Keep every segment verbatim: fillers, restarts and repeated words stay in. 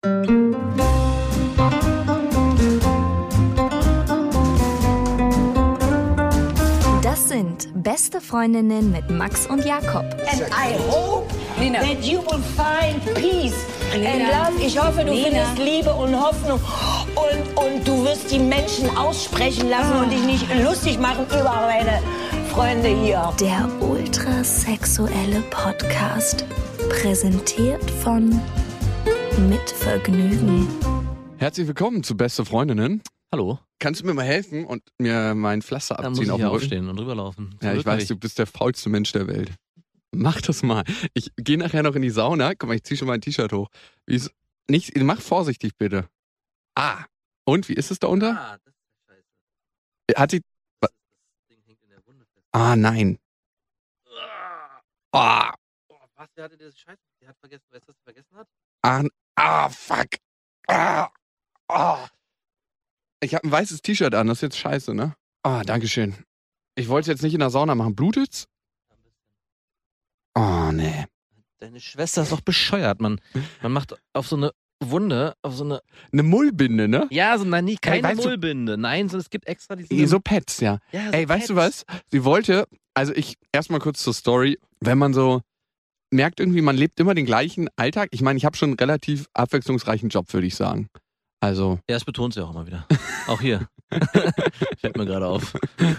Das sind Beste Freundinnen mit Max und Jakob. And I hope Nina. that you will find peace Nina. and love. Ich hoffe, du Nina. findest Liebe und Hoffnung und, und du wirst die Menschen aussprechen lassen Ah. und dich nicht lustig machen über meine Freunde hier. Der ultrasexuelle Podcast. Präsentiert von Mit Vergnügen. Herzlich willkommen zu Beste Freundinnen. Hallo. Kannst du mir mal helfen und mir mein Pflaster Dann muss abziehen ich auf hier dem Rücken? aufstehen und rüberlaufen. Ja, ich weiß, du bist der faulste Mensch der Welt. Mach das mal. Ich gehe nachher noch in die Sauna. Guck mal, ich ziehe schon mein T-Shirt hoch. Wie ist, nicht, mach vorsichtig bitte. Ah. Und, wie ist es da unter? Ah, das ist scheiße. Hat sie... Das Ding hängt in der Wunde fest. Ah, nein. Ah. Oh, was? Wer hatte das Scheiße? Der hat vergessen, weißt du, was er vergessen hat? Ah, ah fuck. Ah. Ah. Ich habe ein weißes T-Shirt an, das ist jetzt scheiße, ne? Ah, dankeschön. Ich wollte es jetzt nicht in der Sauna machen. Blutet's? Oh, nee. Deine Schwester ist doch bescheuert, man. Man macht auf so eine Wunde, auf so eine... Eine Mullbinde, ne? Ja, so, nein, nie, keine weißt du- Mullbinde. Nein, sondern es gibt extra diese... Eh, So Pets, ja. ja, so Ey, weißt du Pads. was? Sie wollte, also ich, erstmal kurz zur Story, wenn man so merkt irgendwie, man lebt immer den gleichen Alltag. Ich meine, ich habe schon einen relativ abwechslungsreichen Job, würde ich sagen. Also. Ja, das betont sie auch immer wieder. Auch hier. Fällt mir gerade auf.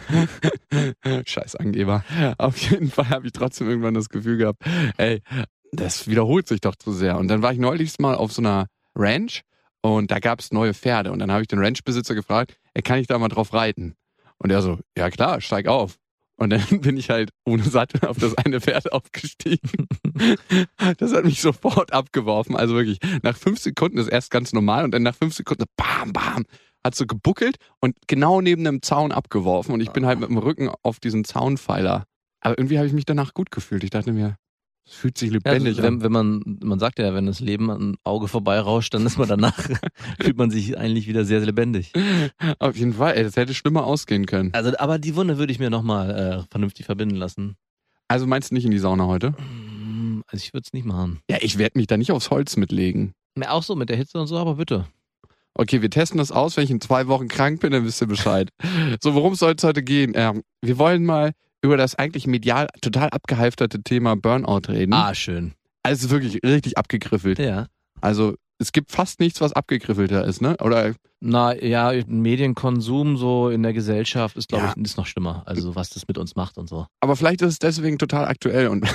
Scheiß Angeber. Auf jeden Fall habe ich trotzdem irgendwann das Gefühl gehabt, ey, das wiederholt sich doch zu sehr. Und dann war ich neulich mal auf so einer Ranch und da gab es neue Pferde. Und dann habe ich den Ranchbesitzer gefragt, ey, kann ich da mal drauf reiten? Und er so, ja klar, steig auf. Und dann bin ich halt ohne Sattel auf das eine Pferd aufgestiegen. Das hat mich sofort abgeworfen. Also wirklich, nach fünf Sekunden ist erst ganz normal und dann nach fünf Sekunden bam, bam, hat so gebuckelt und genau neben einem Zaun abgeworfen. Und ich bin halt mit dem Rücken auf diesen Zaunpfeiler. Aber irgendwie habe ich mich danach gut gefühlt. Ich dachte mir, es fühlt sich Ja, lebendig also, wenn, an. wenn man, man sagt ja, wenn das Leben am Auge vorbeirauscht, dann ist man danach, fühlt man sich eigentlich wieder sehr, sehr lebendig. Auf jeden Fall, ey, das hätte schlimmer ausgehen können. Also, aber die Wunde würde ich mir nochmal äh, vernünftig verbinden lassen. Also meinst du nicht in die Sauna heute? Also ich würde es nicht machen. Ja, ich werde mich da nicht aufs Holz mitlegen. Ja, auch so mit der Hitze und so, aber bitte. Okay, wir testen das aus. Wenn ich in zwei Wochen krank bin, dann wisst ihr Bescheid. So, worum soll es heute gehen? Ähm, wir wollen mal über das eigentlich medial total abgehalfterte Thema Burnout reden. Ah, schön. Also wirklich richtig abgegriffelt. Ja. Also es gibt fast nichts, was abgegriffelter ist, ne? Oder Na ja, Medienkonsum so in der Gesellschaft ist, glaube Ja. ich, ist noch schlimmer. Also was das mit uns macht und so. aber vielleicht ist es deswegen total aktuell und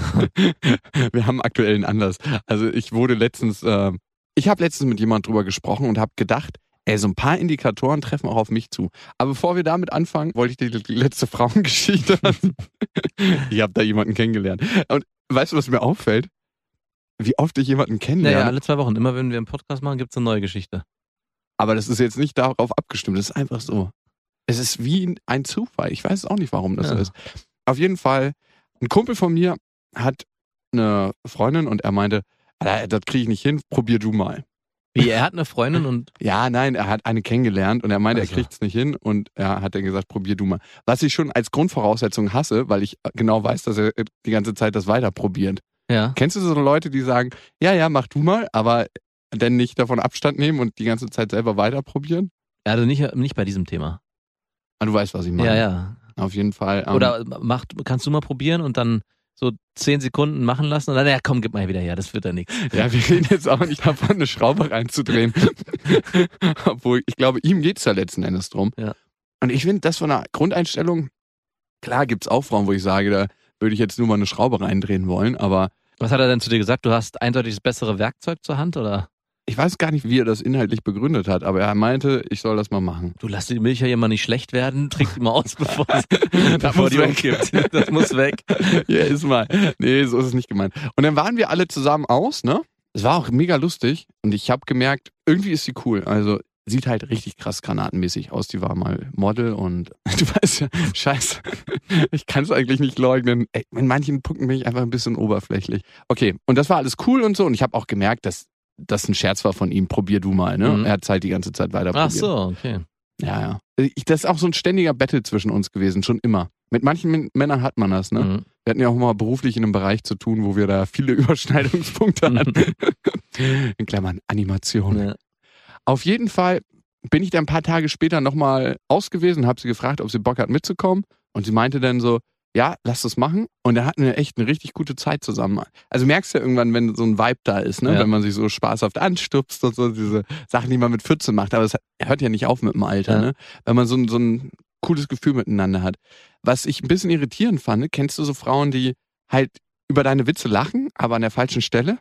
wir haben aktuell einen Anlass. Also ich wurde letztens, äh, ich habe letztens mit jemand drüber gesprochen und habe gedacht, ey, so ein paar Indikatoren treffen auch auf mich zu. Aber bevor wir damit anfangen, wollte ich die letzte Frauengeschichte hören. Ich habe da jemanden kennengelernt. Und weißt du, was mir auffällt? Wie oft ich jemanden kennenlerne. Naja, alle zwei Wochen. Immer wenn wir einen Podcast machen, gibt es eine neue Geschichte. Aber das ist jetzt nicht darauf abgestimmt. Das ist einfach so. Es ist wie ein Zufall. Ich weiß auch nicht, warum das Ja. so ist. Auf jeden Fall, ein Kumpel von mir hat eine Freundin und er meinte, "Alter, das kriege ich nicht hin, probier du mal. Wie, er hat eine Freundin und... Ja, nein, er hat eine kennengelernt und er meinte, Also. er kriegt es nicht hin und er hat dann gesagt, probier du mal. Was ich schon als Grundvoraussetzung hasse, weil ich genau weiß, dass er die ganze Zeit das weiter probiert. Ja. Kennst du so Leute, die sagen, ja, ja, mach du mal, aber dann nicht davon Abstand nehmen und die ganze Zeit selber weiter probieren? Also nicht, nicht bei diesem Thema. Ah, du weißt, was ich meine. Ja, ja. Auf jeden Fall. Ähm, Oder mach, kannst du mal probieren und dann so zehn Sekunden machen lassen und dann, ja komm, gib mal wieder her, das wird ja nichts. Ja, wir reden jetzt auch nicht davon, eine Schraube reinzudrehen. Obwohl, ich glaube, ihm geht's da letzten Endes drum. Ja. Und ich finde, das von einer Grundeinstellung, klar gibt's auch Frauen, wo ich sage, da würde ich jetzt nur mal eine Schraube reindrehen wollen, aber Was hat er denn zu dir gesagt? Du hast eindeutig das bessere Werkzeug zur Hand, oder? ich weiß gar nicht, wie er das inhaltlich begründet hat, aber er meinte, ich soll das mal machen. Du lass die Milch ja hier mal nicht schlecht werden, trink die mal aus, bevor, Das bevor muss die weg. umkippt. Das muss weg. Ja, ist mal. Nee, so ist es nicht gemeint. Und dann waren wir alle zusammen aus, ne? Es war auch mega lustig und ich habe gemerkt, irgendwie ist sie cool. Also sieht halt richtig krass granatenmäßig aus. Die war mal Model und du weißt ja, scheiße, ich kann es eigentlich nicht leugnen. Ey, in manchen Punkten bin ich einfach ein bisschen oberflächlich. Okay, und das war alles cool und so und ich habe auch gemerkt, dass das ein Scherz war von ihm. Probier du mal, ne? Mhm. Er hat halt die ganze Zeit weiter Ach probiert. so, okay. Ja, ja. Ich, das ist auch so ein ständiger Battle zwischen uns gewesen, schon immer. Mit manchen M- Männern hat man das, ne? Mhm. Wir hatten ja auch mal beruflich in einem Bereich zu tun, wo wir da viele Überschneidungspunkte hatten. In Klammern Animation. Ja. Auf jeden Fall bin ich dann ein paar Tage später nochmal aus gewesen, habe sie gefragt, ob sie Bock hat mitzukommen. Und sie meinte dann so, ja, lass das machen. Und da hatten wir echt eine richtig gute Zeit zusammen. Also merkst du ja irgendwann, wenn so ein Vibe da ist, ne? Ja. Wenn man sich so spaßhaft anstupst und so, diese Sachen, die man mit vierzehn macht. Aber es hört ja nicht auf mit dem Alter, Ja. ne? Wenn man so ein, so ein cooles Gefühl miteinander hat. Was ich ein bisschen irritierend fand, kennst du so Frauen, die halt über deine Witze lachen, aber an der falschen Stelle?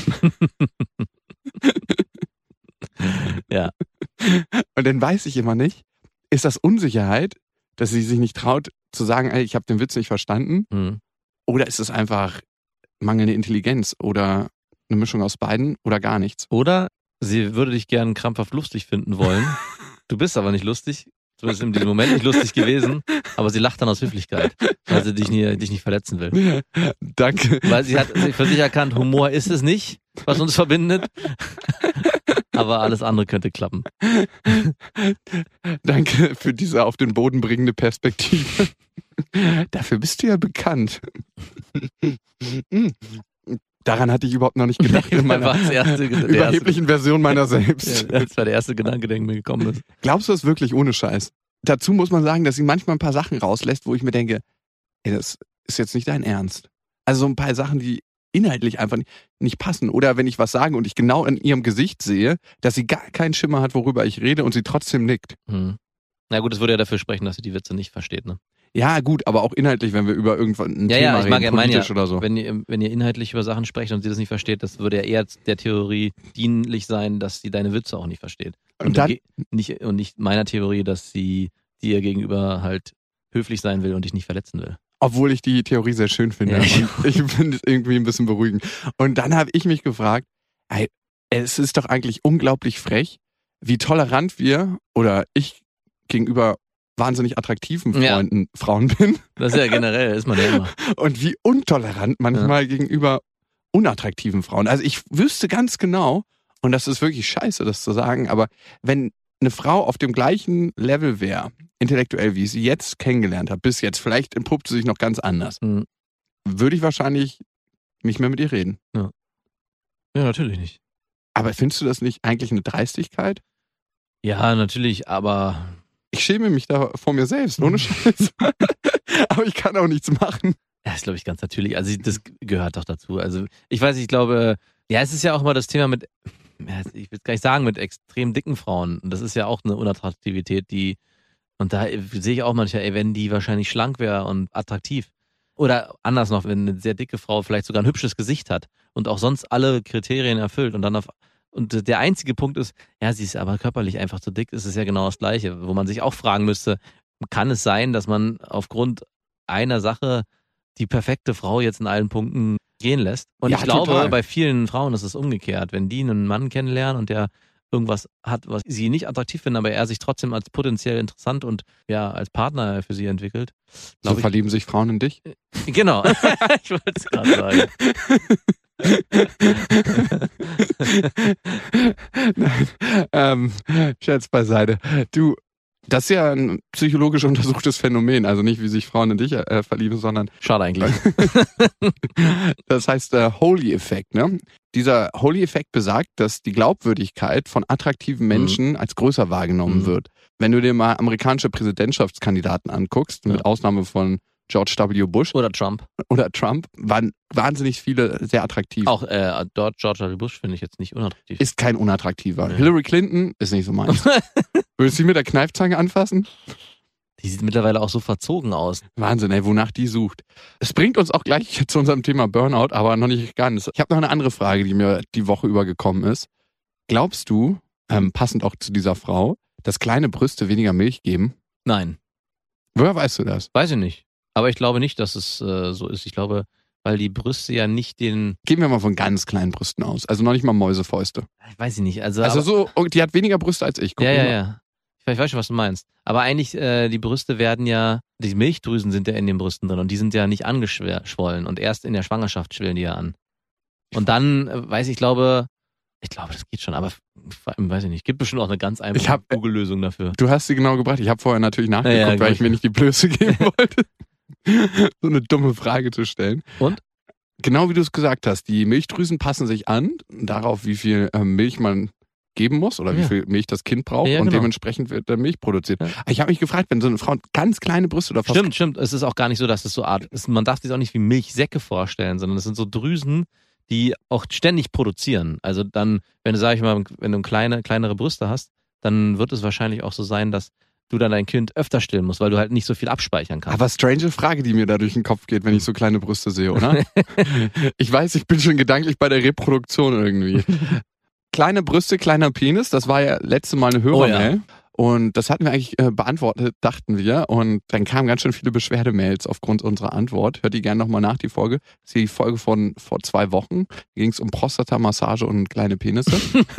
Ja. Und dann weiß ich immer nicht, ist das Unsicherheit, dass sie sich nicht traut zu sagen, ey, ich habe den Witz nicht verstanden? Hm. Oder ist es einfach mangelnde Intelligenz oder eine Mischung aus beiden oder gar nichts? Oder sie würde dich gern krampfhaft lustig finden wollen. Du bist aber nicht lustig. Du bist in diesem Moment nicht lustig gewesen, aber sie lacht dann aus Höflichkeit, weil sie dich, nie, dich nicht verletzen will. Danke. Weil sie hat für sich erkannt, Humor ist es nicht, was uns verbindet. Aber alles andere könnte klappen. Danke für diese auf den Boden bringende Perspektive. Dafür bist du ja bekannt. Daran hatte ich überhaupt noch nicht gedacht in meiner war das erste, der überheblichen erste, Version meiner selbst. Ja, das war der erste Gedanke, der mir gekommen ist. Glaubst du das wirklich ohne Scheiß? Dazu muss man sagen, dass sie manchmal ein paar Sachen rauslässt, wo ich mir denke, ey, das ist jetzt nicht dein Ernst. Also so ein paar Sachen, die inhaltlich einfach nicht passen. Oder wenn ich was sage und ich genau in ihrem Gesicht sehe, dass sie gar keinen Schimmer hat, worüber ich rede und sie trotzdem nickt. Hm. Na gut, das würde ja dafür sprechen, dass sie die Witze nicht versteht, ne? Ja gut, aber auch inhaltlich, wenn wir über irgendwann ein Ja, Thema ja, ich mag reden, ja meinen ja, politisch oder so. wenn ihr, wenn ihr inhaltlich über Sachen sprecht und sie das nicht versteht, das würde ja eher der Theorie dienlich sein, dass sie deine Witze auch nicht versteht. Und Und, dann- ge- nicht, und nicht meiner Theorie, dass sie dir gegenüber halt höflich sein will und dich nicht verletzen will. Obwohl ich die Theorie sehr schön finde. Ja. Und ich finde es irgendwie ein bisschen beruhigend. Und dann habe ich mich gefragt, ey, es ist doch eigentlich unglaublich frech, wie tolerant wir oder ich gegenüber wahnsinnig attraktiven Ja. Freunden, Frauen bin Das ist ja generell, ist man ja immer. und wie untolerant manchmal gegenüber unattraktiven Frauen. Also ich wüsste ganz genau, und das ist wirklich scheiße, das zu sagen, aber wenn eine Frau auf dem gleichen Level wäre, intellektuell, wie ich sie jetzt kennengelernt habe, bis jetzt, vielleicht entpuppt sie sich noch ganz anders, Mhm. würde ich wahrscheinlich nicht mehr mit ihr reden. Ja, natürlich nicht. Aber findest du das nicht eigentlich eine Dreistigkeit? Ja, natürlich, aber Ich schäme mich da vor mir selbst, ohne Scheiß. Aber ich kann auch nichts machen. ja, ist, glaube ich, ganz natürlich. Also das gehört doch dazu. Also ich weiß, ich glaube, ja, es ist ja auch immer das Thema mit, ja, ich will es gar nicht sagen, mit extrem dicken Frauen. Und das ist ja auch eine Unattraktivität, die, und da sehe ich auch manchmal, ey, wenn die wahrscheinlich schlank wäre und attraktiv. Oder anders noch, wenn eine sehr dicke Frau vielleicht sogar ein hübsches Gesicht hat und auch sonst alle Kriterien erfüllt und dann auf, und der einzige Punkt ist, ja, sie ist aber körperlich einfach zu dick, ist es ja genau das Gleiche, wo man sich auch fragen müsste, kann es sein, dass man aufgrund einer Sache die perfekte Frau jetzt in allen Punkten gehen lässt? Und Ja, ich glaube, total. bei vielen Frauen ist es umgekehrt. Wenn die einen Mann kennenlernen und der irgendwas hat, was sie nicht attraktiv finden, aber er sich trotzdem als potenziell interessant und ja, als Partner für sie entwickelt. So glaub ich, verlieben sich Frauen in dich? genau. Ich wollte es gerade sagen. Nein, ähm, Scherz beiseite. Du, das ist ja ein psychologisch untersuchtes Phänomen. Also nicht, wie sich Frauen in dich äh, verlieben, sondern Schade eigentlich. das heißt äh, Holy-Effekt. Ne? Dieser Holy-Effekt besagt, dass die Glaubwürdigkeit von attraktiven Menschen als größer wahrgenommen Mhm. wird. Wenn du dir mal amerikanische Präsidentschaftskandidaten anguckst, mit Ja. Ausnahme von George W. Bush Oder Trump. oder Trump, waren wahnsinnig viele sehr attraktiv. Auch äh, dort George W. Bush finde ich jetzt nicht unattraktiv. Ist kein unattraktiver. Nee. Hillary Clinton ist nicht so meins. Würdest du sie mit der Kneifzange anfassen? Die sieht mittlerweile auch so verzogen aus. Wahnsinn, ey, wonach die sucht. Es bringt uns auch gleich zu unserem Thema Burnout, aber noch nicht ganz. Ich habe noch eine andere Frage, die mir die Woche über gekommen ist. Glaubst du, ähm, passend auch zu dieser Frau, dass kleine Brüste weniger Milch geben? Nein, Woher weißt du das? weiß ich nicht. Aber ich glaube nicht, dass es äh, so ist. Ich glaube, weil die Brüste ja nicht den, Gehen wir mal von ganz kleinen Brüsten aus. Also noch nicht mal Mäusefäuste. ich weiß ich nicht. Also, Also aber, so, oh, die hat weniger Brüste als ich. Guck ja, ja, mal. ja. Ich weiß schon, was du meinst. Aber eigentlich, äh, die Brüste werden ja, die Milchdrüsen sind ja in den Brüsten drin und die sind ja nicht angeschwollen und erst in der Schwangerschaft schwillen die ja an. Und dann, äh, weiß ich, glaube, ich glaube, das geht schon, aber vor allem, weiß ich nicht, gibt bestimmt auch eine ganz Ich einfache hab- Google-Lösung dafür. Du hast sie genau gebracht. Ich habe vorher natürlich nachgeguckt, Ja, ja, weil gut. ich mir nicht die Blöße geben wollte, so eine dumme Frage zu stellen. Und? genau wie du es gesagt hast, die Milchdrüsen passen sich an, darauf, wie viel äh, Milch man geben muss oder wie Ja. viel Milch das Kind braucht Ja, und genau. dementsprechend wird der Milch produziert. Ja. Ich habe mich gefragt, wenn so eine Frau ganz kleine Brüste oder fast Stimmt, stimmt. Es ist auch gar nicht so, dass es so Art ist. Man darf sich auch nicht wie Milchsäcke vorstellen, sondern es sind so Drüsen, die auch ständig produzieren. Also dann, wenn du, sag ich mal, wenn du kleine, kleinere Brüste hast, dann wird es wahrscheinlich auch so sein, dass du dann dein Kind öfter stillen musst, weil du halt nicht so viel abspeichern kannst. Aber strange Frage, die mir da durch den Kopf geht, wenn ich so kleine Brüste sehe, oder? Ich weiß, ich bin schon gedanklich bei der Reproduktion irgendwie. Kleine Brüste, kleiner Penis, das war ja letzte Mal eine Hörermail. Oh ja. Und das hatten wir eigentlich äh, beantwortet, dachten wir. Und dann kamen ganz schön viele Beschwerdemails aufgrund unserer Antwort. Hört die gerne nochmal nach, die Folge. Das ist die Folge von vor zwei Wochen. Da ging es um Prostata-Massage und kleine Penisse.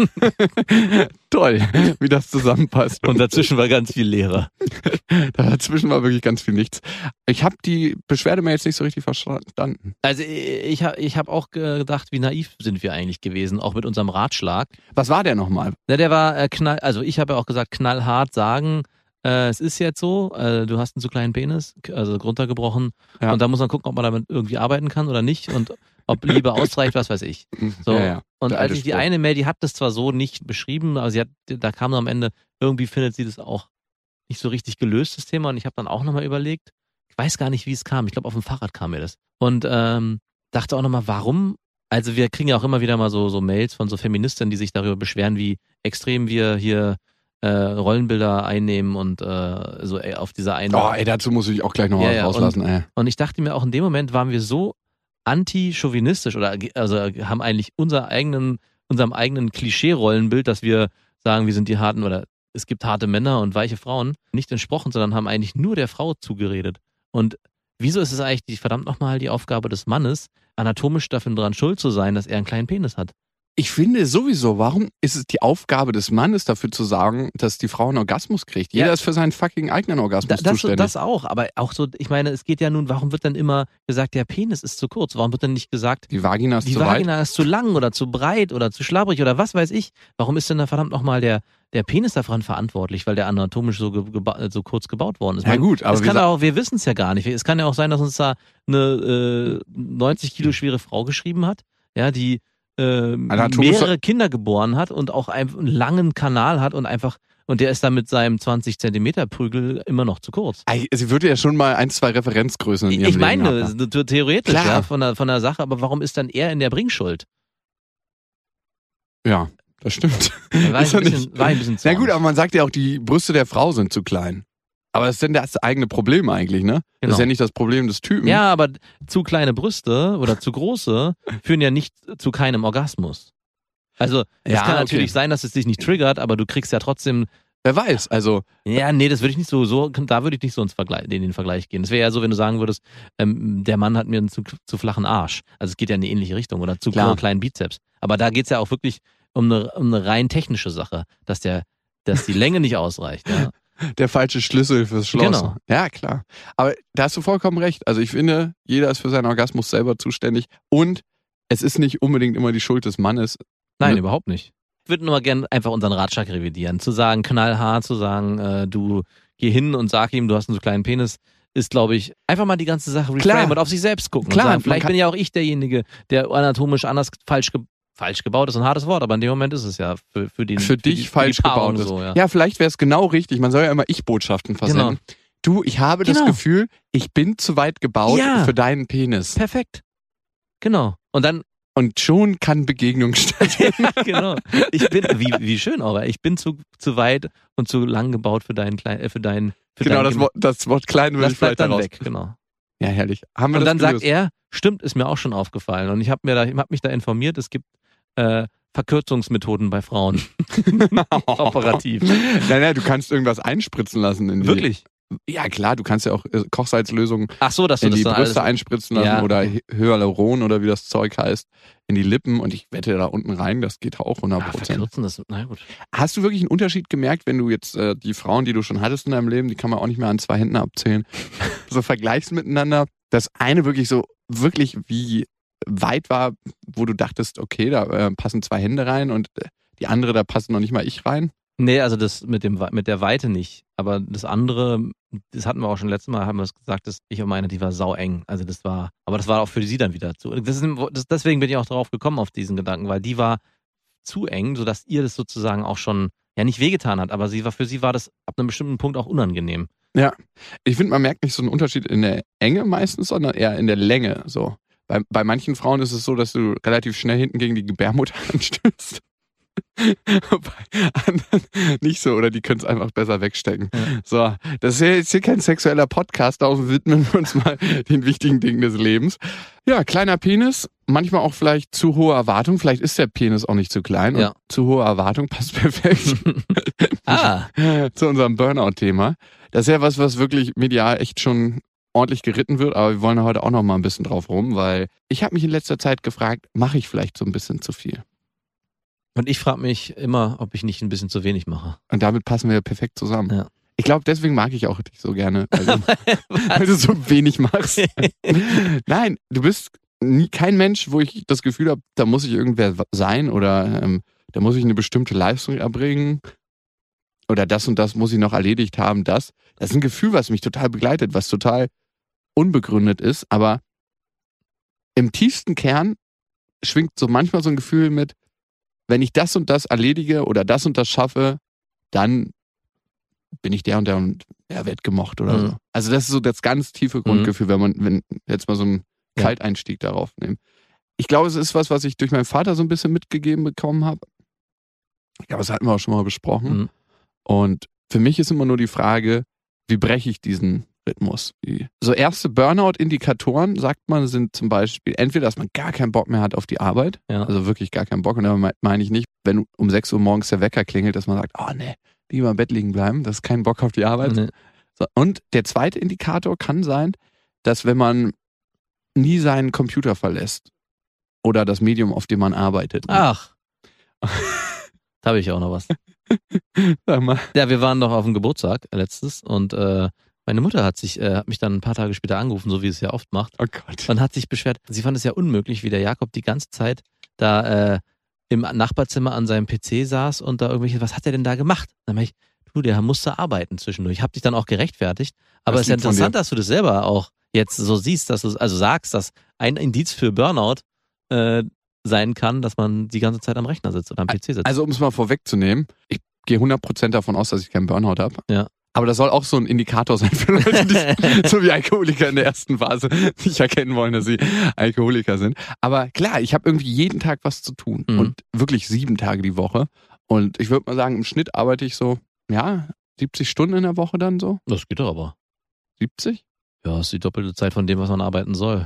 Toll, wie das zusammenpasst. Und dazwischen war ganz viel Lehrer. Dazwischen war wirklich ganz viel nichts. Ich habe die Beschwerdemails nicht so richtig verstanden. Also ich, ha- ich habe auch gedacht, wie naiv sind wir eigentlich gewesen, auch mit unserem Ratschlag. Was war der nochmal? Na, der war äh, knall, also ich habe ja auch gesagt, knallhart sagen, äh, es ist jetzt so, äh, du hast einen zu kleinen Penis, k- also runtergebrochen, Ja. und da muss man gucken, ob man damit irgendwie arbeiten kann oder nicht und ob Liebe ausreicht, was weiß ich. So. Ja, ja. Und Der als alte ich die Spruch. eine Mail, die hat das zwar so nicht beschrieben, aber sie hat, da kam nur am Ende, irgendwie findet sie das auch nicht so richtig gelöst, das Thema, und ich habe dann auch nochmal überlegt, ich weiß gar nicht, wie es kam, ich glaube auf dem Fahrrad kam mir das, und ähm, dachte auch nochmal, warum. Also wir kriegen ja auch immer wieder mal so, so Mails von so Feministinnen, die sich darüber beschweren, wie extrem wir hier äh, Rollenbilder einnehmen und äh, so ey, auf dieser einen. Oh, ey, dazu muss ich auch gleich noch Ja, was ja, rauslassen. Ey. Und ich dachte mir auch in dem Moment waren wir so anti-chauvinistisch oder also haben eigentlich unser eigenen, unserem eigenen Klischee-Rollenbild, dass wir sagen, wir sind die harten oder es gibt harte Männer und weiche Frauen, nicht entsprochen, sondern haben eigentlich nur der Frau zugeredet. Und wieso ist es eigentlich die verdammt nochmal die Aufgabe des Mannes, anatomisch dafür dran schuld zu sein, dass er einen kleinen Penis hat? Ich finde sowieso, warum ist es die Aufgabe des Mannes dafür zu sagen, dass die Frau einen Orgasmus kriegt? Jeder Ja. ist für seinen fucking eigenen Orgasmus Da, das, zuständig. das auch, aber auch so, ich meine, es geht ja nun, warum wird dann immer gesagt, der Penis ist zu kurz? Warum wird dann nicht gesagt, die Vagina ist die zu Vagina ist zu lang oder zu breit oder zu schlabbrig oder was weiß ich? Warum ist denn da verdammt nochmal der, der Penis davon verantwortlich, weil der anatomisch so, ge, geba- so kurz gebaut worden ist? weit. Ja gut, aber es wir kann sa- auch, wir wissen es ja gar nicht. Es kann ja auch sein, dass uns da eine äh, neunzig Kilo schwere Frau geschrieben hat, ja, die äh, Anatomisch- mehrere Kinder geboren hat und auch einen langen Kanal hat und einfach, und der ist dann mit seinem zwanzig Zentimeter Prügel immer noch zu kurz. Ey, sie würde ja schon mal ein, zwei Referenzgrößen in ihrem Ich Leben meine, haben. so theoretisch, Klar. ja, von der, von der Sache, aber warum ist dann er in der Bringschuld? Ja, das stimmt. War Ist ich ein ja bisschen, nicht- war ich ein bisschen Na gut, zornig. aber man sagt ja auch, die Brüste der Frau sind zu klein. Aber das ist denn das eigene Problem eigentlich, ne? Das Genau. ist ja nicht das Problem des Typen. Ja, aber zu kleine Brüste oder zu große führen ja nicht zu keinem Orgasmus. Also, es Ja, kann okay. natürlich sein, dass es dich nicht triggert, aber du kriegst ja trotzdem. Wer weiß, also Ja, nee, das würde ich nicht so, so, da würde ich nicht so ins Vergleich, in den Vergleich gehen. Das wäre ja so, wenn du sagen würdest, ähm, der Mann hat mir einen zu, zu flachen Arsch. Also es geht ja in eine ähnliche Richtung oder zu Klar. kleinen Bizeps. Aber da geht's ja auch wirklich um eine, um eine rein technische Sache, dass der, dass die Länge nicht ausreicht. Ja. der falsche Schlüssel fürs Schloss. Genau. Ja, klar. Aber da hast du vollkommen recht. Also ich finde, jeder ist für seinen Orgasmus selber zuständig und es ist nicht unbedingt immer die Schuld des Mannes. Nein, Ne? überhaupt nicht. Ich würde nur gerne einfach unseren Ratschlag revidieren. Zu sagen, knallhart, zu sagen, äh, du geh hin und sag ihm, du hast einen so kleinen Penis, ist, glaube ich, einfach mal die ganze Sache Klar. reframe und auf sich selbst gucken. Klar, und sagen, man vielleicht kann- bin ja auch ich derjenige, der anatomisch anders falsch, ge falsch gebaut ist. Ein hartes Wort, aber in dem Moment ist es ja für, für, den, Für dich die, falsch für die Paarung gebaut ist. So, ja. Ja, vielleicht wäre es genau richtig. Man soll ja immer Ich-Botschaften versenden. Genau. Du, ich habe das Genau. Gefühl, ich bin zu weit gebaut Ja. für deinen Penis. Perfekt. Genau. Und dann, Und schon kann Begegnung stattfinden. genau. Ich bin, wie, wie schön, aber ich bin zu, zu weit und zu lang gebaut für deinen kleinen, äh, für deinen, für Genau, deinen das Wort, das Wort klein würde das ich vielleicht bleibt dann daraus. weg, genau. Ja, herrlich. Haben wir Und das dann sagt gelöst? er, stimmt, ist mir auch schon aufgefallen. Und ich habe mir da, ich habe mich da informiert, es gibt äh, Verkürzungsmethoden bei Frauen. Operativ. Nein, nein, du kannst irgendwas einspritzen lassen. In die, Wirklich? Ja, klar, du kannst ja auch äh, Kochsalzlösungen Ach so, dass du in das die dann Brüste alles... einspritzen lassen Ja. oder Hy- Hyaluron oder wie das Zeug heißt, in die Lippen und ich wette da unten rein, das geht auch hundert Ah, Prozent. verkürzen, das, na gut. Hast du wirklich einen Unterschied gemerkt, wenn du jetzt äh, die Frauen, die du schon hattest in deinem Leben, die kann man auch nicht mehr an zwei Händen abzählen, so vergleichst miteinander, das eine wirklich so, wirklich wie weit war, wo du dachtest, okay, da äh, passen zwei Hände rein und äh, die andere, da passt noch nicht mal ich rein? Nee, also das mit dem mit der Weite nicht. Aber das andere, das hatten wir auch schon letztes Mal, haben wir es gesagt, dass ich meine, die war sau eng. Also das war, aber das war auch für sie dann wieder zu. Das ist, das, deswegen bin ich auch darauf gekommen, auf diesen Gedanken, weil die war zu eng, sodass ihr das sozusagen auch schon, ja nicht wehgetan hat, aber sie war für sie war das ab einem bestimmten Punkt auch unangenehm. Ja, ich finde, man merkt nicht so einen Unterschied in der Enge meistens, sondern eher in der Länge. So. Bei, bei manchen Frauen ist es so, dass du relativ schnell hinten gegen die Gebärmutter anstößt. Bei anderen nicht so, oder die können es einfach besser wegstecken. Ja. So, das ist jetzt hier kein sexueller Podcast, darum widmen wir uns mal den wichtigen Dingen des Lebens. Ja, kleiner Penis, manchmal auch vielleicht zu hohe Erwartung, vielleicht ist der Penis auch nicht zu klein. Ja. Und zu hohe Erwartung passt perfekt ah. zu unserem Burnout-Thema. Das ist ja was, was wirklich medial echt schon ordentlich geritten wird, aber wir wollen heute auch noch mal ein bisschen drauf rum, weil ich habe mich in letzter Zeit gefragt, mache ich vielleicht so ein bisschen zu viel? Und ich frage mich immer, ob ich nicht ein bisschen zu wenig mache. Und damit passen wir perfekt zusammen. Ja. Ich glaube, deswegen mag ich auch dich so gerne, weil du, weil du so wenig machst. Nein, du bist nie, kein Mensch, wo ich das Gefühl habe, da muss ich irgendwer sein oder ähm, da muss ich eine bestimmte Leistung erbringen oder das und das muss ich noch erledigt haben. Das, das ist ein Gefühl, was mich total begleitet, was total unbegründet ist, aber im tiefsten Kern schwingt so manchmal so ein Gefühl mit, wenn ich das und das erledige oder das und das schaffe, dann bin ich der und der und er wird gemocht oder mhm. so. Also das ist so das ganz tiefe Grundgefühl, mhm. wenn man, wenn jetzt mal so einen Kalteinstieg ja. darauf nehmen. Ich glaube, es ist was, was ich durch meinen Vater so ein bisschen mitgegeben bekommen habe. Ich glaube, das hatten wir auch schon mal besprochen. Mhm. Und für mich ist immer nur die Frage, wie breche ich diesen Rhythmus? So erste Burnout-Indikatoren, sagt man, sind zum Beispiel entweder, dass man gar keinen Bock mehr hat auf die Arbeit, ja. also wirklich gar keinen Bock, und da meine ich nicht, wenn um sechs Uhr morgens der Wecker klingelt, dass man sagt, oh ne, lieber im Bett liegen bleiben, das ist kein Bock auf die Arbeit. Nee. So, und der zweite Indikator kann sein, dass wenn man nie seinen Computer verlässt oder das Medium, auf dem man arbeitet. Ach, da habe ich auch noch was. Sag mal. Ja, wir waren doch auf dem Geburtstag letztes und äh, meine Mutter hat sich, äh, hat mich dann ein paar Tage später angerufen, so wie es ja oft macht. Oh Gott. Und hat sich beschwert. Sie fand es ja unmöglich, wie der Jakob die ganze Zeit da äh, im Nachbarzimmer an seinem P C saß und da irgendwelche, was hat er denn da gemacht? Dann meinte ich, du, der musste arbeiten zwischendurch. Ich habe dich dann auch gerechtfertigt. Aber es ist ja interessant, dass du das selber auch jetzt so siehst, dass du also sagst, dass ein Indiz für Burnout äh, sein kann, dass man die ganze Zeit am Rechner sitzt oder am P C sitzt. Also um es mal vorwegzunehmen, ich gehe hundert Prozent davon aus, dass ich keinen Burnout habe. Ja. Aber das soll auch so ein Indikator sein für Leute, die so wie Alkoholiker in der ersten Phase nicht erkennen wollen, dass sie Alkoholiker sind. Aber klar, ich habe irgendwie jeden Tag was zu tun mhm. und wirklich sieben Tage die Woche. Und ich würde mal sagen, im Schnitt arbeite ich so, ja, siebzig Stunden in der Woche dann so. Das geht doch aber. siebzig? Ja, das ist die doppelte Zeit von dem, was man arbeiten soll.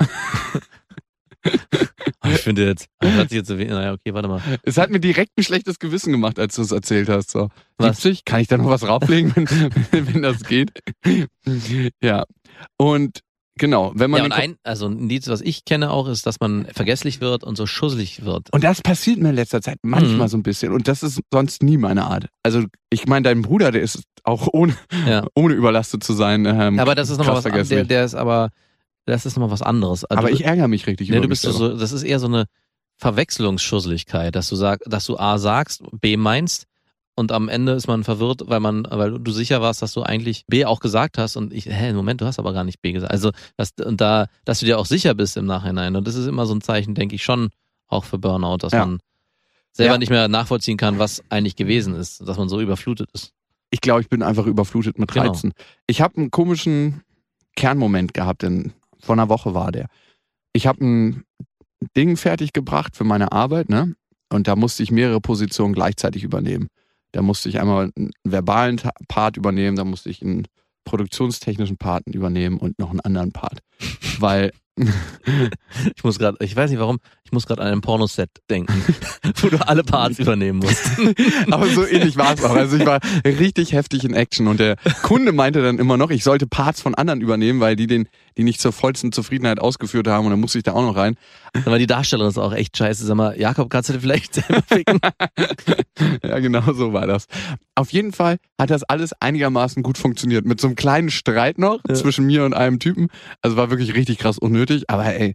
Ich finde jetzt, das hat sich jetzt so wenig, naja, okay, warte mal. Es hat mir direkt ein schlechtes Gewissen gemacht, als du es erzählt hast. So. siebzig? Kann ich da noch was rauflegen, wenn, wenn das geht? Ja. Und genau, wenn man. Ja, und ein, also ein Indiz, was ich kenne auch, ist, dass man vergesslich wird und so schusselig wird. Und das passiert mir in letzter Zeit manchmal mhm. so ein bisschen. Und das ist sonst nie meine Art. Also, ich meine, dein Bruder, der ist auch ohne, ja. ohne überlastet zu sein. Ähm, aber das ist nochmal was, der, der ist aber. Das ist nochmal was anderes. Also aber du, ich ärgere mich richtig ne, über du bist mich so, das ist eher so eine Verwechslungsschusseligkeit, dass du sagst, dass du A sagst, B meinst und am Ende ist man verwirrt, weil man, weil du sicher warst, dass du eigentlich B auch gesagt hast und ich, hä, Moment, du hast aber gar nicht B gesagt. Also das, und da, dass du dir auch sicher bist im Nachhinein und das ist immer so ein Zeichen, denke ich schon, auch für Burnout, dass ja. man selber ja. nicht mehr nachvollziehen kann, was eigentlich gewesen ist, dass man so überflutet ist. Ich glaube, ich bin einfach überflutet mit Reizen. Genau. Ich habe einen komischen Kernmoment gehabt in vor einer Woche war der. Ich habe ein Ding fertig gebracht für meine Arbeit, ne? Und da musste ich mehrere Positionen gleichzeitig übernehmen. Da musste ich einmal einen verbalen Part übernehmen, da musste ich einen produktionstechnischen Part übernehmen und noch einen anderen Part. Weil ich muss gerade, ich weiß nicht warum, ich muss gerade an ein Pornoset denken, wo du alle Parts übernehmen musst. Aber so ähnlich war es auch. Also ich war richtig heftig in Action und der Kunde meinte dann immer noch, ich sollte Parts von anderen übernehmen, weil die den, die nicht zur vollsten Zufriedenheit ausgeführt haben und dann musste ich da auch noch rein. Aber die Darstellerin ist auch echt scheiße. Sag mal, Jakob, kannst du dir vielleicht selber ficken? Ja, genau so war das. Auf jeden Fall hat das alles einigermaßen gut funktioniert. Mit so einem kleinen Streit noch ja. zwischen mir und einem Typen. Also war wirklich richtig krass unnötig. Aber ey,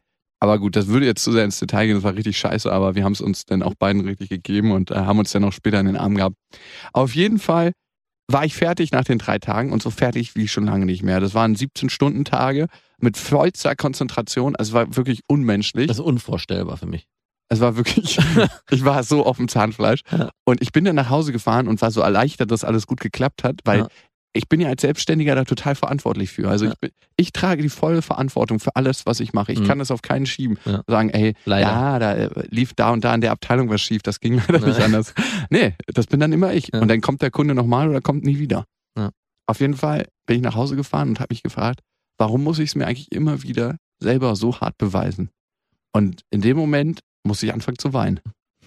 Aber gut, das würde jetzt zu sehr ins Detail gehen, das war richtig scheiße, aber wir haben es uns dann auch beiden richtig gegeben und äh, haben uns dann auch später in den Arm gehabt. Auf jeden Fall war ich fertig nach den drei Tagen und so fertig wie schon lange nicht mehr. Das waren siebzehn-Stunden-Tage mit vollster Konzentration, also es war wirklich unmenschlich. Das ist unvorstellbar für mich. Es war wirklich, ich war so auf dem Zahnfleisch und ich bin dann nach Hause gefahren und war so erleichtert, dass alles gut geklappt hat, weil ja. ich bin ja als Selbstständiger da total verantwortlich für. Also ja. ich, bin, ich trage die volle Verantwortung für alles, was ich mache. Ich mhm. kann das auf keinen schieben. Ja. Sagen, ey, leider. ja, da lief da und da in der Abteilung was schief, das ging leider ja. nicht anders. Nee, das bin dann immer ich. Ja. Und dann kommt der Kunde nochmal oder kommt nie wieder. Ja. Auf jeden Fall bin ich nach Hause gefahren und habe mich gefragt, warum muss ich es mir eigentlich immer wieder selber so hart beweisen? Und in dem Moment muss ich anfangen zu weinen.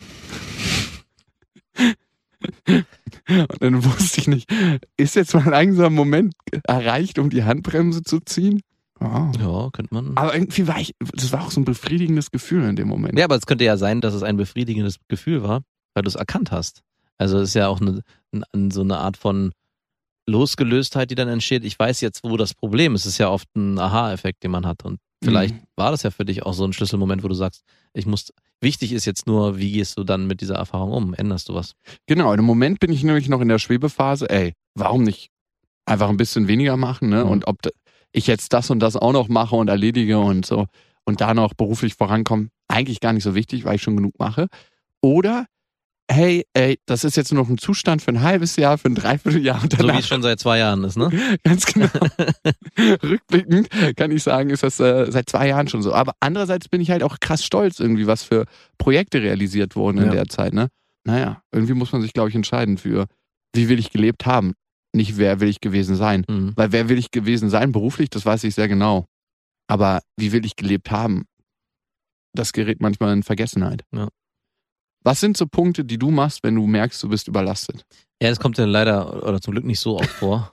Und dann wusste ich nicht, ist jetzt mal langsam ein Moment erreicht, um die Handbremse zu ziehen? Oh. Ja, könnte man. Aber irgendwie war ich, das war auch so ein befriedigendes Gefühl in dem Moment. Ja, aber es könnte ja sein, dass es ein befriedigendes Gefühl war, weil du es erkannt hast. Also es ist ja auch eine, eine, so eine Art von Losgelöstheit, die dann entsteht. Ich weiß jetzt, wo das Problem ist. Es ist ja oft ein Aha-Effekt, den man hat. Und vielleicht mhm. war das ja für dich auch so ein Schlüsselmoment, wo du sagst, ich muss, wichtig ist jetzt nur, wie gehst du dann mit dieser Erfahrung um? Änderst du was? Genau, im Moment bin ich nämlich noch in der Schwebephase. Ey, warum nicht einfach ein bisschen weniger machen, ne? Mhm. Und ob ich jetzt das und das auch noch mache und erledige und so und da noch beruflich vorankomme, eigentlich gar nicht so wichtig, weil ich schon genug mache. Oder hey, ey, das ist jetzt nur noch ein Zustand für ein halbes Jahr, für ein Dreivierteljahr. Und danach, so wie es schon seit zwei Jahren ist, ne? Ganz genau. Rückblickend kann ich sagen, ist das äh, seit zwei Jahren schon so. Aber andererseits bin ich halt auch krass stolz irgendwie, was für Projekte realisiert wurden in ja. der Zeit, ne? Naja, irgendwie muss man sich, glaube ich, entscheiden für, wie will ich gelebt haben? Nicht, wer will ich gewesen sein? Mhm. Weil wer will ich gewesen sein beruflich, das weiß ich sehr genau. Aber wie will ich gelebt haben? Das gerät manchmal in Vergessenheit. Ja. Was sind so Punkte, die du machst, wenn du merkst, du bist überlastet? Ja, das kommt ja leider oder zum Glück nicht so oft vor.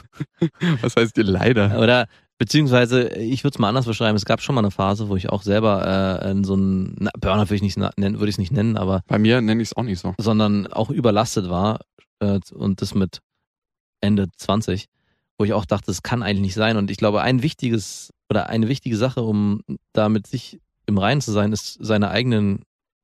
Was heißt dir leider? Oder beziehungsweise, ich würde es mal anders beschreiben, es gab schon mal eine Phase, wo ich auch selber äh, in so einen na, Burnout würde ich nicht nennen, würde ich es nicht nennen, aber bei mir nenne ich es auch nicht so. Sondern auch überlastet war äh, und das mit Ende zwanzig, wo ich auch dachte, das kann eigentlich nicht sein. Und ich glaube, ein wichtiges oder eine wichtige Sache, um da mit sich im Reinen zu sein, ist seine eigenen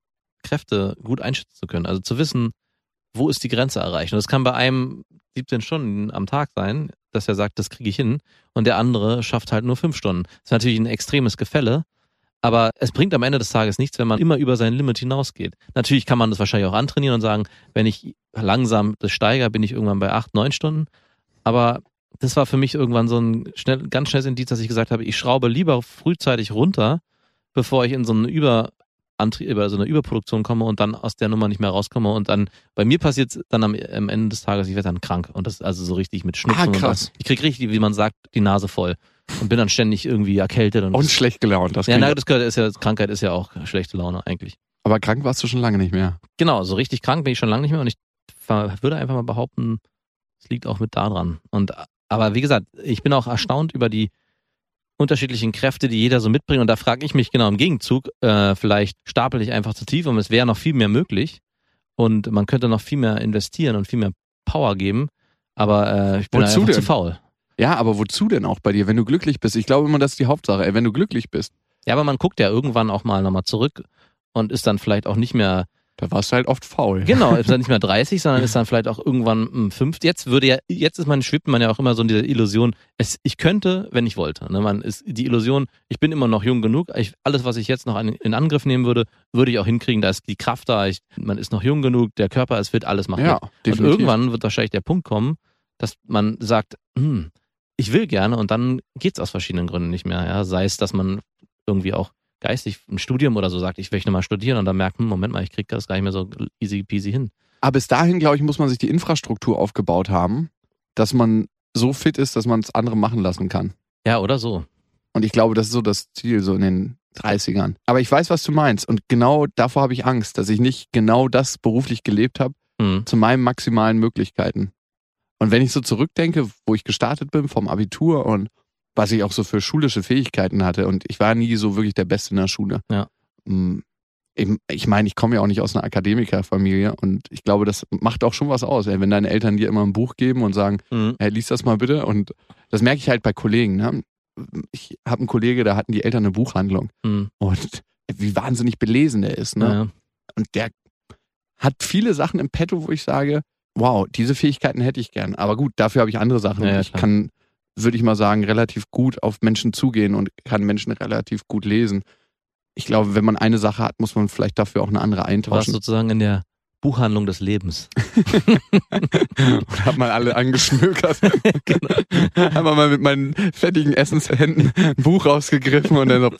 Kräfte gut einschätzen zu können. Also zu wissen, wo ist die Grenze erreicht. Und das kann bei einem siebzehn Stunden am Tag sein, dass er sagt, das kriege ich hin. Und der andere schafft halt nur fünf Stunden. Das ist natürlich ein extremes Gefälle, aber es bringt am Ende des Tages nichts, wenn man immer über sein Limit hinausgeht. Natürlich kann man das wahrscheinlich auch antrainieren und sagen, wenn ich langsam das steigere, bin ich irgendwann bei acht, neun Stunden. Aber das war für mich irgendwann so ein schnell, ganz schnelles Indiz, dass ich gesagt habe, ich schraube lieber frühzeitig runter, bevor ich in so einen Über über so eine Überproduktion komme und dann aus der Nummer nicht mehr rauskomme und dann, bei mir passiert es dann am, am Ende des Tages, ich werde dann krank und das also so richtig mit Schnupfen. Ah, krass. Und ich krieg richtig, wie man sagt, die Nase voll und bin dann ständig irgendwie erkältet. Und, und schlecht gelaunt. Das ja, na, das gehört, ist ja, Krankheit ist ja auch schlechte Laune eigentlich. Aber krank warst du schon lange nicht mehr. Genau, so richtig krank bin ich schon lange nicht mehr und ich würde einfach mal behaupten, es liegt auch mit da dran. Und, aber wie gesagt, ich bin auch erstaunt über die unterschiedlichen Kräfte, die jeder so mitbringt. Und da frage ich mich genau im Gegenzug, äh, vielleicht stapel ich einfach zu tief und es wäre noch viel mehr möglich und man könnte noch viel mehr investieren und viel mehr Power geben, aber äh, ich bin wozu einfach denn? zu faul. Ja, aber wozu denn auch bei dir, wenn du glücklich bist? Ich glaube immer, das ist die Hauptsache, ey, wenn du glücklich bist. Ja, aber man guckt ja irgendwann auch mal nochmal zurück und ist dann vielleicht auch nicht mehr. Da warst du halt oft faul. Genau, ist dann nicht mehr dreißig, sondern ist dann vielleicht auch irgendwann mh, fünf. Jetzt würde ja, jetzt ist man, schwebt man ja auch immer so in dieser Illusion, es, ich könnte, wenn ich wollte. Ne? Man ist die Illusion, ich bin immer noch jung genug, ich, alles, was ich jetzt noch in, in Angriff nehmen würde, würde ich auch hinkriegen, da ist die Kraft da, ich, man ist noch jung genug, der Körper ist fit, alles macht ja, mit. Definitiv. Und irgendwann wird wahrscheinlich der Punkt kommen, dass man sagt, hm, ich will gerne und dann geht's aus verschiedenen Gründen nicht mehr. Ja? Sei es, dass man irgendwie auch geistig ein Studium oder so sagt, ich möchte mal studieren und dann merkt, hm, Moment mal, ich kriege das gar nicht mehr so easy peasy hin. Aber bis dahin, glaube ich, muss man sich die Infrastruktur aufgebaut haben, dass man so fit ist, dass man es andere machen lassen kann. Ja, oder so. Und ich glaube, das ist so das Ziel, so in den dreißigern. Aber ich weiß, was du meinst und genau davor habe ich Angst, dass ich nicht genau das beruflich gelebt habe, hm. zu meinen maximalen Möglichkeiten. Und wenn ich so zurückdenke, wo ich gestartet bin, vom Abitur und was ich auch so für schulische Fähigkeiten hatte. Und ich war nie so wirklich der Beste in der Schule. Ja. Ich meine, ich komme ja auch nicht aus einer Akademikerfamilie und ich glaube, das macht auch schon was aus, ey, wenn deine Eltern dir immer ein Buch geben und sagen, mhm. hey, lies das mal bitte. Und das merke ich halt bei Kollegen. Ne? ich habe einen Kollege, da hatten die Eltern eine Buchhandlung. Mhm. Und wie wahnsinnig belesen der ist. Ne? Ja, ja. Und der hat viele Sachen im Petto, wo ich sage, wow, diese Fähigkeiten hätte ich gern. Aber gut, dafür habe ich andere Sachen. Ja, ja, ich klar. kann, würde ich mal sagen, relativ gut auf Menschen zugehen und kann Menschen relativ gut lesen. Ich glaube, wenn man eine Sache hat, muss man vielleicht dafür auch eine andere Du warst eintauschen. sozusagen in der Buchhandlung des Lebens. Und hab mal alle angeschmökert. Genau. Einmal mal mit meinen fettigen Essenshänden ein Buch rausgegriffen und dann so,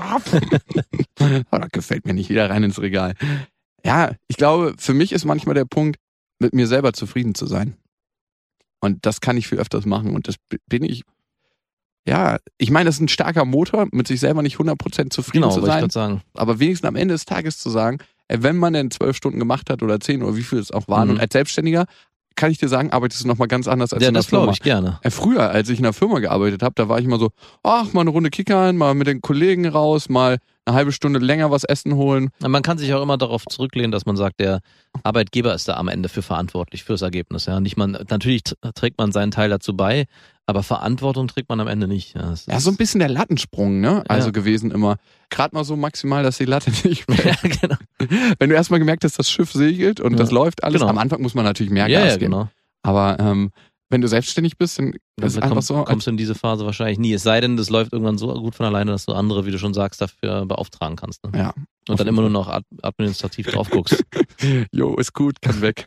oh, das gefällt mir nicht, wieder rein ins Regal. Ja, ich glaube, für mich ist manchmal der Punkt, mit mir selber zufrieden zu sein. Und das kann ich viel öfters machen. Und das bin ich, ja, ich meine, das ist ein starker Motor, mit sich selber nicht hundert Prozent zufrieden Genau, zu wollte ich sein. gerade sagen. Aber wenigstens am Ende des Tages zu sagen, ey, wenn man denn zwölf Stunden gemacht hat oder zehn oder wie viel es auch waren, Mhm. und als Selbstständiger, kann ich dir sagen, arbeitest du nochmal ganz anders als Ja, in der das glaube Firma. ich gerne. Äh, Früher, als ich in der Firma gearbeitet habe, da war ich immer so, ach, mal eine Runde kickern, mal mit den Kollegen raus, mal eine halbe Stunde länger was essen holen. Man kann sich auch immer darauf zurücklehnen, dass man sagt, der Arbeitgeber ist da am Ende für verantwortlich, fürs Ergebnis. Ja, nicht man, natürlich trägt man seinen Teil dazu bei, aber Verantwortung trägt man am Ende nicht. Ja, das Ja, ist- so ein bisschen der Lattensprung, ne? Also Ja. gewesen immer. Gerade mal so maximal, dass die Latte nicht mehr. ja, genau. Wenn du erstmal gemerkt hast, das Schiff segelt und Ja. das läuft alles, Genau. am Anfang muss man natürlich mehr Ja, Gas ja, geben. genau. Aber ähm, wenn du selbstständig bist, dann ist es Dann einfach kommst, so. kommst du in diese Phase wahrscheinlich nie. Es sei denn, das läuft irgendwann so gut von alleine, dass du andere, wie du schon sagst, dafür beauftragen kannst. Ne? Ja. Und dann immer nur noch ad- administrativ drauf guckst. Jo, ist gut, kann weg.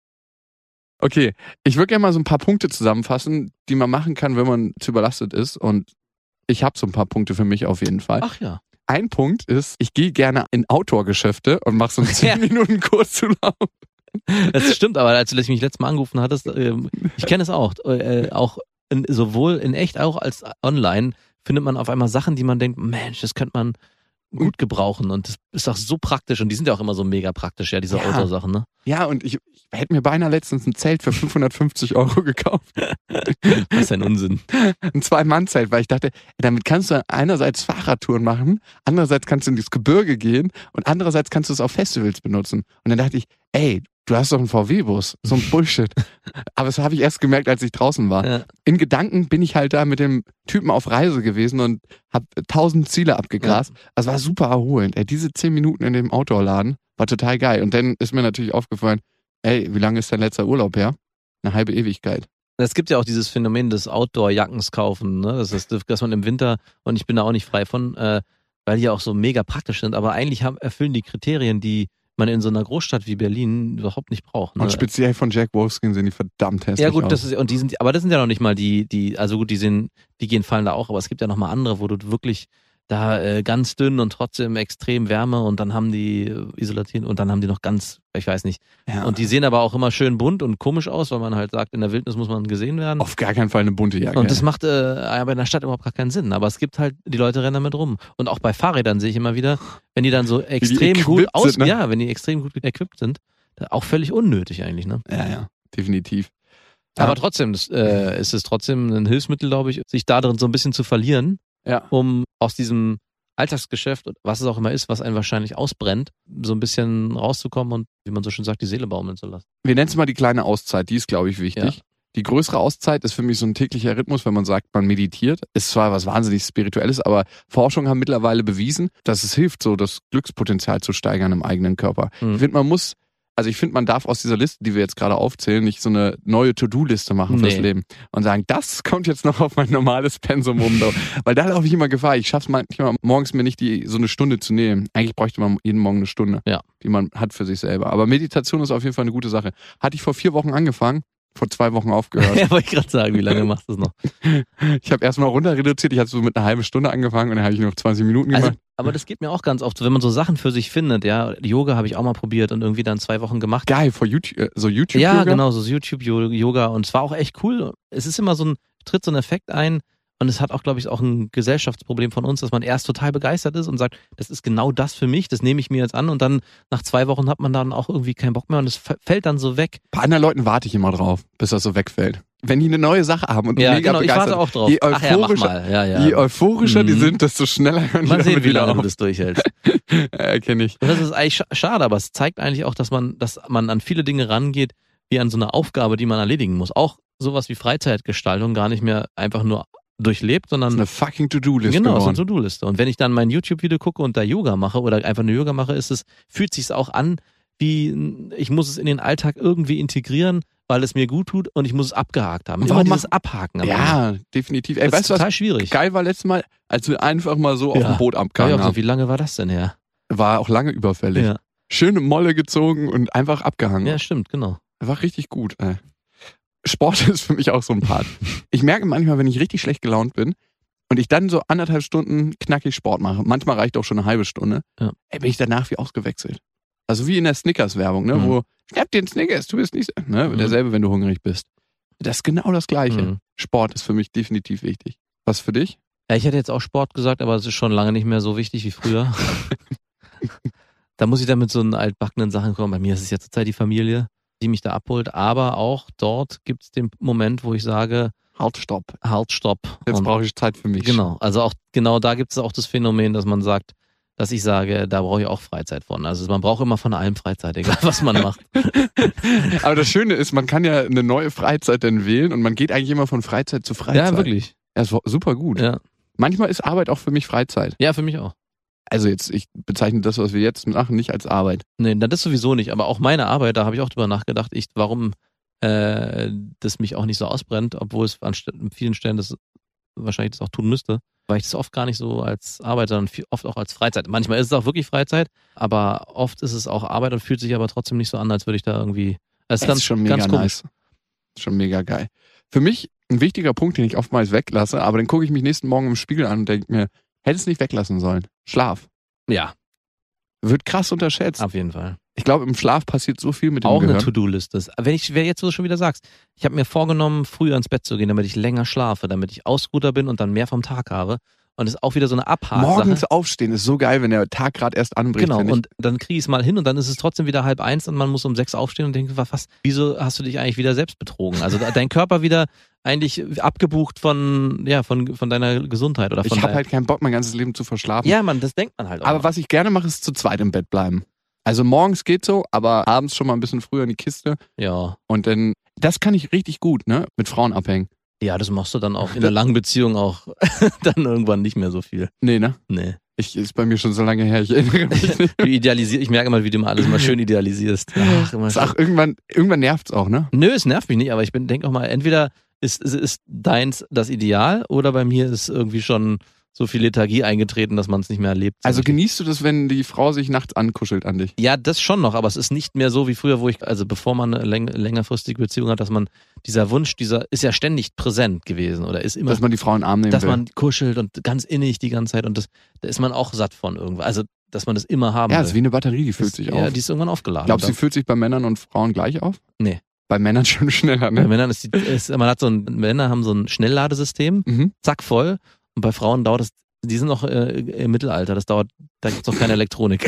Okay, ich würde gerne mal so ein paar Punkte zusammenfassen, die man machen kann, wenn man zu überlastet ist. Und ich habe so ein paar Punkte für mich auf jeden Fall. Ach ja. Ein Punkt ist, ich gehe gerne in Outdoor-Geschäfte und mache so einen zehn Minuten Kurzzulauf. Das stimmt, aber als du mich letztes Mal angerufen hattest, ähm, ich kenne es auch, äh, auch in, sowohl in echt auch als online findet man auf einmal Sachen, die man denkt, Mensch, das könnte man gut gebrauchen und das ist auch so praktisch und die sind ja auch immer so mega praktisch, ja, diese Ja. Outdoor-Sachen, ne? Ja, und ich, ich hätte mir beinahe letztens ein Zelt für fünfhundertfünfzig Euro gekauft. Das ist ein Unsinn. Ein Zwei-Mann-Zelt, weil ich dachte, damit kannst du einerseits Fahrradtouren machen, andererseits kannst du in das Gebirge gehen und andererseits kannst du es auf Festivals benutzen. Und dann dachte ich, ey, du hast doch einen V W-Bus. So ein Bullshit. Aber das habe ich erst gemerkt, als ich draußen war. Ja. In Gedanken bin ich halt da mit dem Typen auf Reise gewesen und habe tausend Ziele abgegrast. Das war super erholend. Ey, diese zehn Minuten in dem Outdoor-Laden war total geil. Und dann ist mir natürlich aufgefallen, ey, wie lange ist dein letzter Urlaub her? Eine halbe Ewigkeit. Es gibt ja auch dieses Phänomen des Outdoor-Jackens kaufen, ne? Das ist, dass man im Winter, und ich bin da auch nicht frei von, äh, weil die ja auch so mega praktisch sind, aber eigentlich haben, erfüllen die Kriterien, die man in so einer Großstadt wie Berlin überhaupt nicht braucht. Ne? Und speziell von Jack Wolfskin sind die verdammt hässlich Ja gut, aus. das ist und die sind, aber das sind ja noch nicht mal die, die, also gut, die sind, die gehen fallen da auch, aber es gibt ja noch mal andere, wo du wirklich da äh, ganz dünn und trotzdem extrem Wärme und dann haben die äh, Isolatin und dann haben die noch ganz, ich weiß nicht. Ja. Und die sehen aber auch immer schön bunt und komisch aus, weil man halt sagt, in der Wildnis muss man gesehen werden. Auf gar keinen Fall eine bunte Jacke. Und das macht äh, aber in der Stadt überhaupt gar keinen Sinn. Aber es gibt halt, die Leute rennen damit rum. Und auch bei Fahrrädern sehe ich immer wieder, wenn die dann so extrem gut equipped aus, sind, ne? ja, wenn die extrem gut equipped sind, auch völlig unnötig eigentlich, ne? ja, ja, definitiv. Aber Ja. trotzdem, das, äh, ist es trotzdem ein Hilfsmittel, glaube ich, sich da drin so ein bisschen zu verlieren, Ja. um aus diesem Alltagsgeschäft und was es auch immer ist, was einen wahrscheinlich ausbrennt, so ein bisschen rauszukommen und, wie man so schön sagt, die Seele baumeln zu lassen. Wir nennen es mal die kleine Auszeit, die ist, glaube ich, wichtig. Ja. Die größere Auszeit ist für mich so ein täglicher Rhythmus, wenn man sagt, man meditiert. Ist zwar was wahnsinnig Spirituelles, aber Forschungen haben mittlerweile bewiesen, dass es hilft, so das Glückspotenzial zu steigern im eigenen Körper. Hm. Ich finde, man muss, also ich finde, man darf aus dieser Liste, die wir jetzt gerade aufzählen, nicht so eine neue To-Do-Liste machen fürs Nee. Leben und sagen, das kommt jetzt noch auf mein normales Pensum rum. Weil da laufe ich immer Gefahr. Ich schaffe es manchmal morgens mir nicht, die so eine Stunde zu nehmen. Eigentlich bräuchte man jeden Morgen eine Stunde, Ja. die man hat für sich selber. Aber Meditation ist auf jeden Fall eine gute Sache. Hatte ich vor vier Wochen angefangen, vor zwei Wochen aufgehört. Ja, wollte ich gerade sagen, wie lange machst du das noch? Ich habe erstmal runter reduziert. Ich hatte so mit einer halben Stunde angefangen und dann habe ich noch zwanzig Minuten gemacht. Also, aber das geht mir auch ganz oft, so, wenn man so Sachen für sich findet, ja, Yoga habe ich auch mal probiert und irgendwie dann zwei Wochen gemacht. Geil, vor YouTube, äh, so YouTube. Ja, genau, so YouTube-Yoga und es war auch echt cool. Es ist immer so ein, tritt so ein Effekt ein und es hat auch, glaube ich, auch ein Gesellschaftsproblem von uns, dass man erst total begeistert ist und sagt, das ist genau das für mich, das nehme ich mir jetzt an und dann nach zwei Wochen hat man dann auch irgendwie keinen Bock mehr und es f- fällt dann so weg. Bei anderen Leuten warte ich immer drauf, bis das so wegfällt. Wenn die eine neue Sache haben und Ja, mega genau, ich begeistert warte auch drauf. Je Ach ja, mach euphorischer, mal. Ja, ja. je euphorischer die Mhm. sind, desto schneller hören die Mal sehen, damit wie wieder lange du auf. das durchhältst. Äh, kenn ich. Und das ist eigentlich scha- schade, aber es zeigt eigentlich auch, dass man, dass man an viele Dinge rangeht, wie an so eine Aufgabe, die man erledigen muss. Auch sowas wie Freizeitgestaltung gar nicht mehr einfach nur durchlebt, sondern Das ist eine fucking To-Do-Liste genau, geworden. ist eine To-Do-Liste. Und wenn ich dann mein YouTube-Video gucke und da Yoga mache oder einfach eine Yoga mache, ist es, fühlt sich's auch an, wie ich muss es in den Alltag irgendwie integrieren, weil es mir gut tut und ich muss es abgehakt haben. Warum Immer dieses Abhaken. am Ende. Ja, definitiv. Ey, das weißt ist du, total was schwierig. geil war letztes Mal, als wir einfach mal so auf Ja. dem Boot Ja, abgehangen so, haben. wie lange war das denn her? War auch lange überfällig. Ja. Schöne Molle gezogen und einfach abgehangen. ja, stimmt, genau. War richtig gut, ey. Sport ist für mich auch so ein Part. Ich merke manchmal, wenn ich richtig schlecht gelaunt bin und ich dann so anderthalb Stunden knackig Sport mache, manchmal reicht auch schon eine halbe Stunde, Ja. ey, bin ich danach wie ausgewechselt. Also wie in der Snickers-Werbung, ne, Mhm. wo, schnapp dir einen Snickers, du bist nicht, so- ne, Mhm. derselbe, wenn du hungrig bist. Das ist genau das Gleiche. Mhm. Sport ist für mich definitiv wichtig. Was für dich? Ja, ich hätte jetzt auch Sport gesagt, aber es ist schon lange nicht mehr so wichtig wie früher. Da muss ich dann mit so einen altbackenen Sachen kommen. Bei mir ist es ja zurzeit die Familie, die mich da abholt. Aber auch dort gibt es den Moment, wo ich sage, Halt, stopp. halt, stopp. Jetzt Und brauche ich Zeit für mich. genau, also auch genau da gibt es auch das Phänomen, dass man sagt, dass ich sage, da brauche ich auch Freizeit von. Also man braucht immer von allem Freizeit, egal was man macht. Aber das Schöne ist, man kann ja eine neue Freizeit dann wählen und man geht eigentlich immer von Freizeit zu Freizeit. Ja, wirklich. Das ist super gut. Ja. Manchmal ist Arbeit auch für mich Freizeit. ja, für mich auch. Also jetzt, ich bezeichne das, was wir jetzt machen, nicht als Arbeit. Nee, das sowieso nicht. Aber auch meine Arbeit, da habe ich auch drüber nachgedacht, ich, warum äh, das mich auch nicht so ausbrennt, obwohl es an St- an vielen Stellen das wahrscheinlich das auch tun müsste, weil ich das oft gar nicht so als Arbeit, sondern viel, oft auch als Freizeit. Manchmal ist es auch wirklich Freizeit, aber oft ist es auch Arbeit und fühlt sich aber trotzdem nicht so an, als würde ich da irgendwie. Das ist Das ganz, ist schon mega ganz komisch. nice. Schon mega geil. Für mich ein wichtiger Punkt, den ich oftmals weglasse, aber dann gucke ich mich nächsten Morgen im Spiegel an und denke mir, hätte es nicht weglassen sollen. Schlaf. Ja, Wird krass unterschätzt. auf jeden Fall. Ich glaube, im Schlaf passiert so viel mit dem Auch eine Gehirn. To-Do-Liste. Wenn ich, wer jetzt so schon wieder sagst, ich habe mir vorgenommen, früher ins Bett zu gehen, damit ich länger schlafe, damit ich ausgeruhter bin und dann mehr vom Tag habe. Und das ist auch wieder so eine Abhaksache. Morgens aufstehen ist so geil, wenn der Tag gerade erst anbricht. Genau, finde ich. und dann kriege ich es mal hin und dann ist es trotzdem wieder halb eins und man muss um sechs aufstehen und denkt, was, was, wieso hast du dich eigentlich wieder selbst betrogen? Also dein Körper wieder eigentlich abgebucht von, ja, von, von deiner Gesundheit oder von Ich habe deiner- halt keinen Bock, mein ganzes Leben zu verschlafen. Ja, man, das denkt man halt auch. Aber was ich gerne mache, ist zu zweit im Bett bleiben. Also morgens geht so, aber abends schon mal ein bisschen früher in die Kiste. ja. Und dann, das kann ich richtig gut, ne? Mit Frauen abhängen. Ja, das machst du dann auch in einer langen Beziehung auch dann irgendwann nicht mehr so viel. Nee, ne? Nee. Ich, ist bei mir schon so lange her, ich erinnere mich nicht. Du idealisierst, ich merke immer, wie du immer alles mal schön idealisierst. Ach, immer Ist schön. auch irgendwann, irgendwann nervt's auch, ne? Nö, es nervt mich nicht, aber ich bin, denke auch mal, entweder ist, ist, ist deins das Ideal oder bei mir ist irgendwie schon so viel Lethargie eingetreten, dass man es nicht mehr erlebt. Also genießt du das, wenn die Frau sich nachts ankuschelt an dich? Ja, das schon noch, aber es ist nicht mehr so wie früher, wo ich, also bevor man eine läng längerfristige Beziehung hat, dass man, dieser Wunsch, dieser ist ja ständig präsent gewesen oder ist immer, Dass man die Frau in den Arm nehmen dass will. man kuschelt und ganz innig die ganze Zeit und das, da ist man auch satt von irgendwo. Also, dass man das immer haben Ja, will. das ist wie eine Batterie, die füllt sich ja, auf. die ist irgendwann aufgeladen. Glaubst du, Und sie füllt sich bei Männern und Frauen gleich auf? Nee. Bei Männern schon schneller, Bei ne? Männern ist, die, ist man hat so ein, Männer haben so ein Schnellladesystem, Mhm. zack voll und bei Frauen dauert es, die sind noch äh, im Mittelalter, das dauert, da gibt's noch keine Elektronik.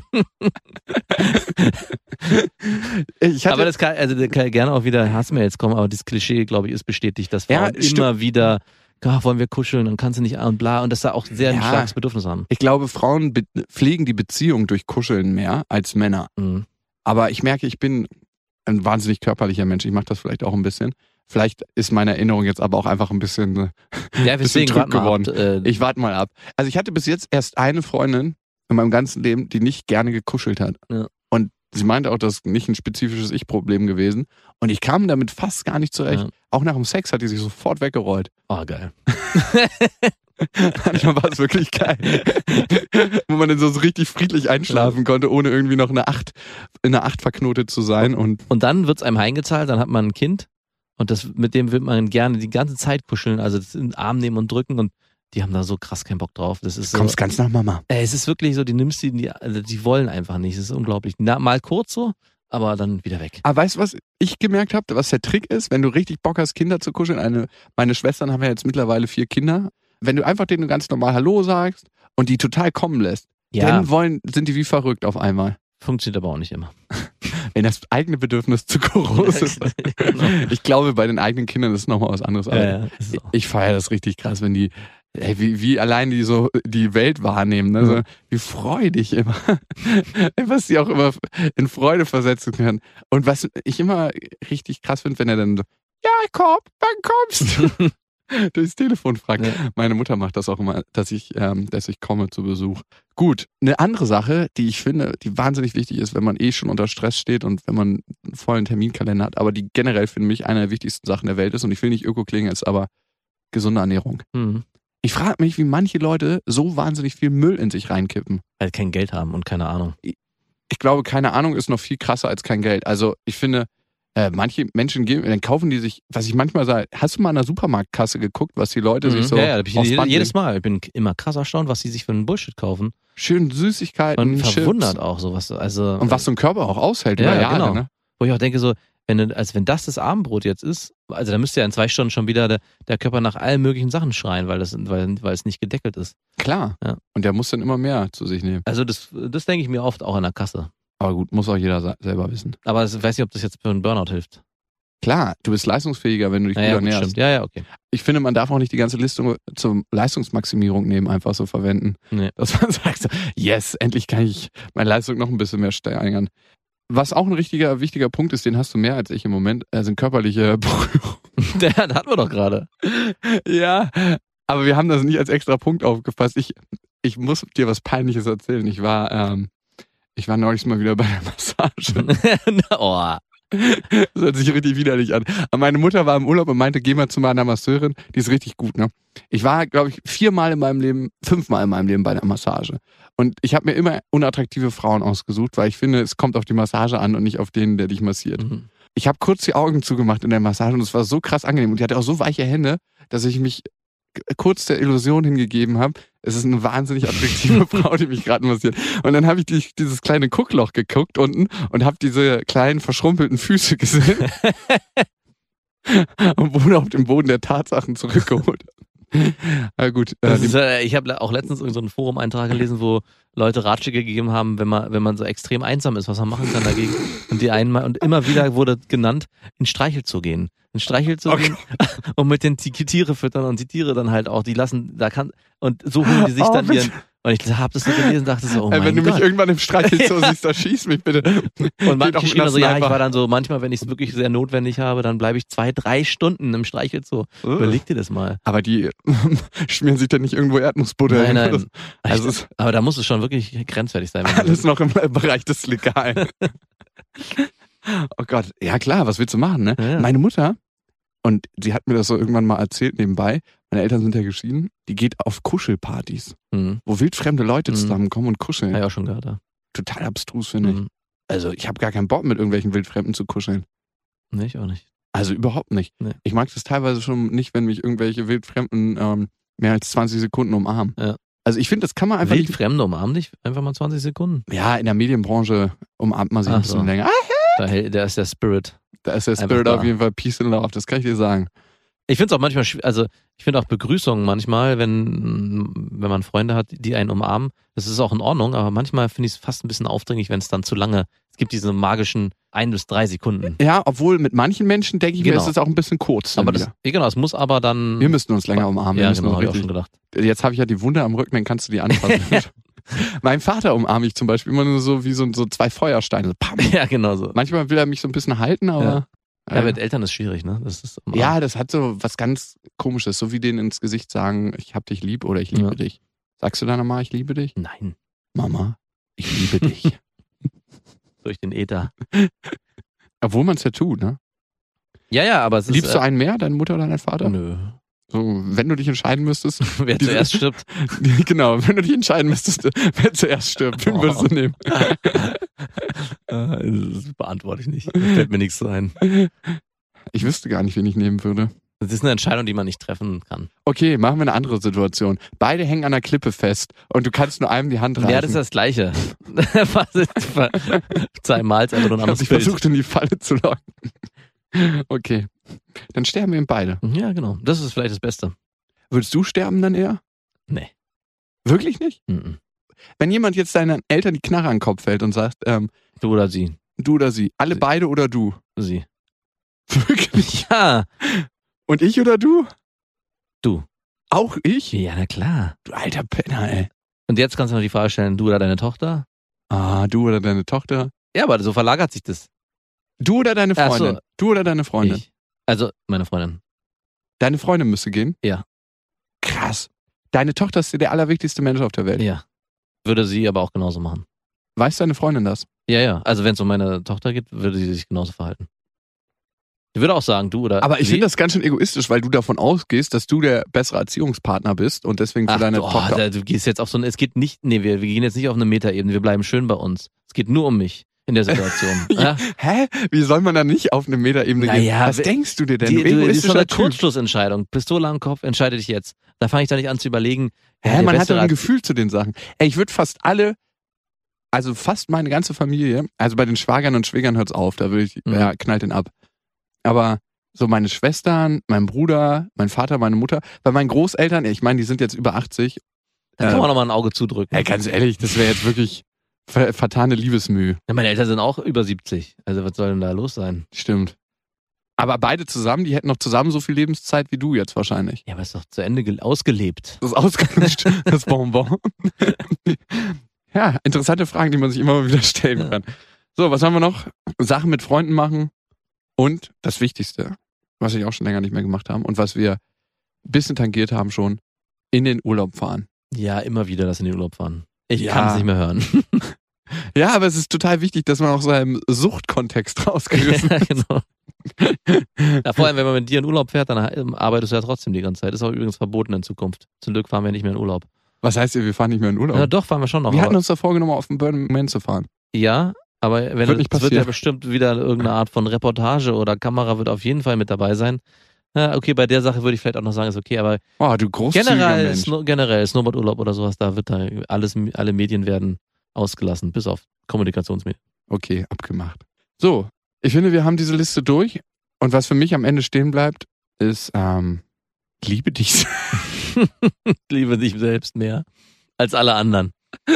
Ich hatte, Aber das kann, also das kann gerne auch wieder Hassmails kommen, aber das Klischee, glaube ich, ist bestätigt, dass Ja, Frauen stimmt. immer wieder, ah, wollen wir kuscheln, dann kannst du nicht und bla und dass da auch sehr ein Ja. starkes Bedürfnis haben. ich glaube, Frauen be- pflegen die Beziehung durch Kuscheln mehr als Männer. Mhm. Aber ich merke, ich bin ein wahnsinnig körperlicher Mensch. Ich mache das vielleicht auch ein bisschen. Vielleicht ist meine Erinnerung jetzt aber auch einfach ein bisschen, äh, Ja, bisschen deswegen trüb warten wir geworden. ab, äh, Ich warte mal ab. Also ich hatte bis jetzt erst eine Freundin in meinem ganzen Leben, die nicht gerne gekuschelt hat. Ja. Und sie meinte auch, das ist nicht ein spezifisches Ich-Problem gewesen. Und ich kam damit fast gar nicht zurecht. Ja. Auch nach dem Sex hat die sich sofort weggerollt. Oh, geil. Manchmal war es wirklich geil. Wo man dann so, so richtig friedlich einschlafen konnte, ohne irgendwie noch eine Acht, in einer Acht verknotet zu sein. Und Und dann wird's einem heimgezahlt, dann hat man ein Kind und das, mit dem will man gerne die ganze Zeit kuscheln, also das in den Arm nehmen und drücken und die haben da so krass keinen Bock drauf. Das ist so, kommst ganz nach Mama. ey, es ist wirklich so, die nimmst die, die, also die wollen einfach nicht, es ist unglaublich. Na, mal kurz so, aber dann wieder weg. Aber weißt du, was ich gemerkt habe, was der Trick ist, wenn du richtig Bock hast, Kinder zu kuscheln? Eine, meine Schwestern haben ja jetzt mittlerweile vier Kinder. Wenn du einfach denen ganz normal Hallo sagst und die total kommen lässt, Ja, dann wollen, sind die wie verrückt auf einmal. funktioniert aber auch nicht immer. Wenn das eigene Bedürfnis zu groß ist. Genau. Ich glaube, bei den eigenen Kindern ist es nochmal was anderes. Aber Ja, ja, ist so. ich feiere das richtig krass, wenn die, ey, wie, wie allein die so die Welt wahrnehmen, ne? So, Ja. wie freudig immer, was sie auch immer in Freude versetzen können. Und was ich immer richtig krass finde, wenn er dann so, Jakob, wann kommst du? durchs Telefon fragt. Ja. Meine Mutter macht das auch immer, dass ich, ähm, dass ich komme zu Besuch. Gut, eine andere Sache, die ich finde, die wahnsinnig wichtig ist, wenn man eh schon unter Stress steht und wenn man einen vollen Terminkalender hat, aber die generell für mich eine der wichtigsten Sachen der Welt ist und ich will nicht öko klingen, ist aber gesunde Ernährung. Mhm. Ich frage mich, wie manche Leute so wahnsinnig viel Müll in sich reinkippen. Weil kein Geld haben und keine Ahnung. Ich glaube, keine Ahnung ist noch viel krasser als kein Geld. Also ich finde, äh, manche Menschen geben, dann kaufen die sich, was ich manchmal sage, hast du mal an der Supermarktkasse geguckt, was die Leute Mhm. sich so ja, ja, da bin ich aufs jede, Band jedes legen? Mal. Ich bin immer krass erstaunt, was die sich für einen Bullshit kaufen. Schön Süßigkeiten, Und Chips. verwundert auch sowas. Also, Und was so ein Körper auch aushält Ja, über ja, Jahre. genau. Ne? wo ich auch denke, so, wenn, du- als wenn das das Abendbrot jetzt ist, also da müsste ja in zwei Stunden schon wieder der, der Körper nach allen möglichen Sachen schreien, weil, das, weil, weil es nicht gedeckelt ist. Klar. Ja. Und der muss dann immer mehr zu sich nehmen. Also das, das denke ich mir oft auch an der Kasse. Aber gut, muss auch jeder se- selber wissen. Aber ich weiß nicht, ob das jetzt für einen Burnout hilft. Klar, du bist leistungsfähiger, wenn du dich Ja, gut ja, gut, ernährst. stimmt. Ja, ja, okay. Ich finde, man darf auch nicht die ganze Liste zur Leistungsmaximierung nehmen, einfach so verwenden. Nee. Dass man sagt, so, yes, endlich kann ich meine Leistung noch ein bisschen mehr steigern. Was auch ein richtiger, wichtiger Punkt ist, den hast du mehr als ich im Moment, äh, sind körperliche Berührungen. Der, das hatten wir doch gerade. Ja, aber wir haben das nicht als extra Punkt aufgefasst. Ich, ich muss dir was Peinliches erzählen. Ich war, ähm, ich war neulich mal wieder bei der Massage. oh. Das hört sich richtig widerlich an. Aber meine Mutter war im Urlaub und meinte, geh mal zu meiner Masseurin, die ist richtig gut, ne? Ich war, glaube ich, viermal in meinem Leben, fünfmal in meinem Leben bei der Massage. Und ich habe mir immer unattraktive Frauen ausgesucht, weil ich finde, es kommt auf die Massage an und nicht auf den, der dich massiert. Mhm. Ich habe kurz die Augen zugemacht in der Massage und es war so krass angenehm. Und die hatte auch so weiche Hände, dass ich mich kurz der Illusion hingegeben habe, es ist eine wahnsinnig attraktive Frau, die mich gerade massiert. Und dann habe ich die, dieses kleine Guckloch geguckt unten und habe diese kleinen verschrumpelten Füße gesehen und wurde auf den Boden der Tatsachen zurückgeholt. Na gut. Äh, Das die, ist, äh, ich habe auch letztens irgend so einen Forum-Eintrag gelesen, wo Leute Ratschläge gegeben haben, wenn man, wenn man so extrem einsam ist, was man machen kann dagegen. Und die einmal und immer wieder wurde genannt, in Streichel zu gehen. In Streichel zu Okay. gehen und mit den T- Tiere füttern und die Tiere dann halt auch, die lassen, da kann, und so holen die sich Oh, dann bitte. ihren, und ich habe das so gelesen, dachte so, oh äh, mein wenn du Gott. mich irgendwann im Streichelzoo siehst, dann schieß mich bitte. Und Geh manche doch mit schrieben einer so, ja, ich Sniper. war dann so, manchmal, wenn ich es wirklich sehr notwendig habe, dann bleibe ich zwei, drei Stunden im Streichelzoo. Überleg dir das mal. Aber die schmieren sich dann nicht irgendwo Erdnussbutter Nein, hin. nein. Das- Also es ist Aber da muss es schon wirklich grenzwertig sein. Wenn man alles noch im Bereich des Legalen. Oh Gott, ja klar, was willst du machen, ne? Ja. Meine Mutter, und sie hat mir das so irgendwann mal erzählt nebenbei, meine Eltern sind ja geschieden, die geht auf Kuschelpartys, Mhm. wo wildfremde Leute Mhm. zusammenkommen und kuscheln. Hab ich auch schon gehört, ja. Total abstrus, finde ich. Mhm. Also ich habe gar keinen Bock, mit irgendwelchen Wildfremden zu kuscheln. Nee, ich auch nicht. Also überhaupt nicht. Nee. Ich mag das teilweise schon nicht, wenn mich irgendwelche Wildfremden ähm, mehr als zwanzig Sekunden umarmen. Ja. Also ich finde, das kann man einfach nicht... Wildfremde umarmen dich einfach mal zwanzig Sekunden. Ja, in der Medienbranche umarmt man sich ein Ach bisschen so. länger. Ah, Da, hält- da ist der Spirit. da ist der Einfach Spirit da. auf jeden Fall Peace and Love, das kann ich dir sagen. Ich finde es auch manchmal, schw- also ich finde auch Begrüßungen manchmal, wenn, wenn man Freunde hat, die einen umarmen, das ist auch in Ordnung, aber manchmal finde ich es fast ein bisschen aufdringlich, wenn es dann zu lange, es gibt diese magischen ein bis drei Sekunden. Ja, obwohl mit manchen Menschen denke ich mir, Genau. ist es auch ein bisschen kurz. dann Aber das, wieder. ja, genau, es muss aber dann... Wir müssten uns länger umarmen. Wir Ja, müssen genau, uns habe ich auch richtig, schon gedacht. jetzt habe ich ja die Wunde am Rücken, dann kannst du die anfassen. Mein Vater umarme ich zum Beispiel immer nur so wie so, so zwei Feuersteine. So, pam. Ja, genau so. Manchmal will er mich so ein bisschen halten, aber... Ja, äh, mit Eltern ist schwierig, ne? Das ist ja, das hat so was ganz Komisches, so wie denen ins Gesicht sagen, ich hab dich lieb oder ich liebe Ja. dich. Sagst du deiner Mama, ich liebe dich? Nein, Mama, ich liebe dich. durch den Äther. Obwohl man es ja tut, ne? Ja, ja, aber es ist... Liebst du einen mehr, deine Mutter oder deinen Vater? Nö. So, wenn du dich entscheiden müsstest, Wer Diese- zuerst stirbt. genau, wenn du dich entscheiden müsstest, wer zuerst stirbt, wen würdest du nehmen? Äh, das beantworte ich nicht. Da fällt mir nichts so ein. Ich wüsste gar nicht, wen ich nehmen würde. Das ist eine Entscheidung, die man nicht treffen kann. Okay, machen wir eine andere Situation. Beide hängen an der Klippe fest und du kannst nur einem die Hand reichen. Ja, das ist das Gleiche. Was ist zweimal ist einfach nur ein ich habe anderes dich Bild. versucht, in die Falle zu locken. Okay, dann sterben wir eben beide. Ja, genau. Das ist vielleicht das Beste. Würdest du sterben dann eher? Nee. Wirklich nicht? Mhm. Wenn jemand jetzt deinen Eltern die Knarre an den Kopf hält und sagt, ähm, Du oder sie. du oder sie, alle Sie. beide oder du? Sie. Wirklich? Ja. Und ich oder du? Du. Auch ich? Ja, na klar. Du alter Penner, ey. Und jetzt kannst du noch die Frage stellen, du oder deine Tochter? Ah, du oder deine Tochter? Ja, aber so verlagert sich das. Du oder deine Ach so. Freundin? Du oder deine Freundin? Ich. Also, meine Freundin. Deine Freundin müsste gehen? Ja. Krass. Deine Tochter ist der allerwichtigste Mensch auf der Welt. Ja. Würde sie aber auch genauso machen. Weiß deine Freundin das? Ja, ja. Also wenn es um meine Tochter geht, würde sie sich genauso verhalten. Ich würde auch sagen, du oder Aber ich sie? finde das ganz schön egoistisch, weil du davon ausgehst, dass du der bessere Erziehungspartner bist und deswegen für Ach, deine oh, Tochter... da, du gehst jetzt auf so ein, es geht nicht, nee, wir, wir gehen jetzt nicht auf eine Metaebene, wir bleiben schön bei uns. Es geht nur um mich in der Situation. ja. Hä? Wie soll man da nicht auf eine Metaebene gehen? Naja, Was we- denkst du dir denn? Die, Du du, die ist so egoistischer eine Typ. Kurzschlussentscheidung. Pistole am Kopf, entscheide dich jetzt. Da fange ich da nicht an zu überlegen. Hä, der man hat beste doch ein Rat- Gefühl zu den Sachen. Ey, ich würde fast alle, also fast meine ganze Familie, also bei den Schwagern und Schwägern hört's auf, da würde ich, Mhm. ja, knallt den ab. Aber so meine Schwestern, mein Bruder, mein Vater, meine Mutter, bei meinen Großeltern, ich meine, die sind jetzt über achtzig. Da kann äh, man noch mal ein Auge zudrücken. Ey, ganz ehrlich, das wäre jetzt wirklich ver vertane Liebesmüh. Ja, meine Eltern sind auch über siebzig. Also was soll denn da los sein? Stimmt. Aber beide zusammen, die hätten noch zusammen so viel Lebenszeit wie du jetzt wahrscheinlich. Ja, aber ist doch zu Ende ge- ausgelebt. Das ist ausgelutscht, das Bonbon. Ja, interessante Fragen, die man sich immer mal wieder stellen Ja. kann. So, was haben wir noch? Sachen mit Freunden machen und das Wichtigste, was ich auch schon länger nicht mehr gemacht haben und was wir ein bisschen tangiert haben schon, in den Urlaub fahren. Ja, immer wieder, dass in den Urlaub fahren. Ich Ja. kann es nicht mehr hören. Ja, aber es ist total wichtig, dass man aus seinem Suchtkontext rausgerissen ja, genau. Ja, vor allem, wenn man mit dir in Urlaub fährt, dann ähm, arbeitest du ja trotzdem die ganze Zeit. Ist auch übrigens verboten in Zukunft. Zum Glück fahren wir nicht mehr in Urlaub. Was heißt ihr, wir fahren nicht mehr in Urlaub? Ja, doch, fahren wir schon noch. wir hatten aber, uns da vorgenommen, auf den Burning Man zu fahren. ja, aber wenn Wird es nicht wird ja passieren. bestimmt wieder irgendeine Art von Reportage oder Kamera wird auf jeden Fall mit dabei sein. Ja, okay, bei der Sache würde ich vielleicht auch noch sagen, ist okay, aber Oh, du großzügiger generell, Mensch. Sno generell Snowboardurlaub oder sowas, da wird da alles, alle Medien werden ausgelassen, bis auf Kommunikationsmedien. Okay, abgemacht. So, ich finde, wir haben diese Liste durch. Und was für mich am Ende stehen bleibt, ist, ähm, liebe dich. Ich liebe dich selbst mehr als alle anderen.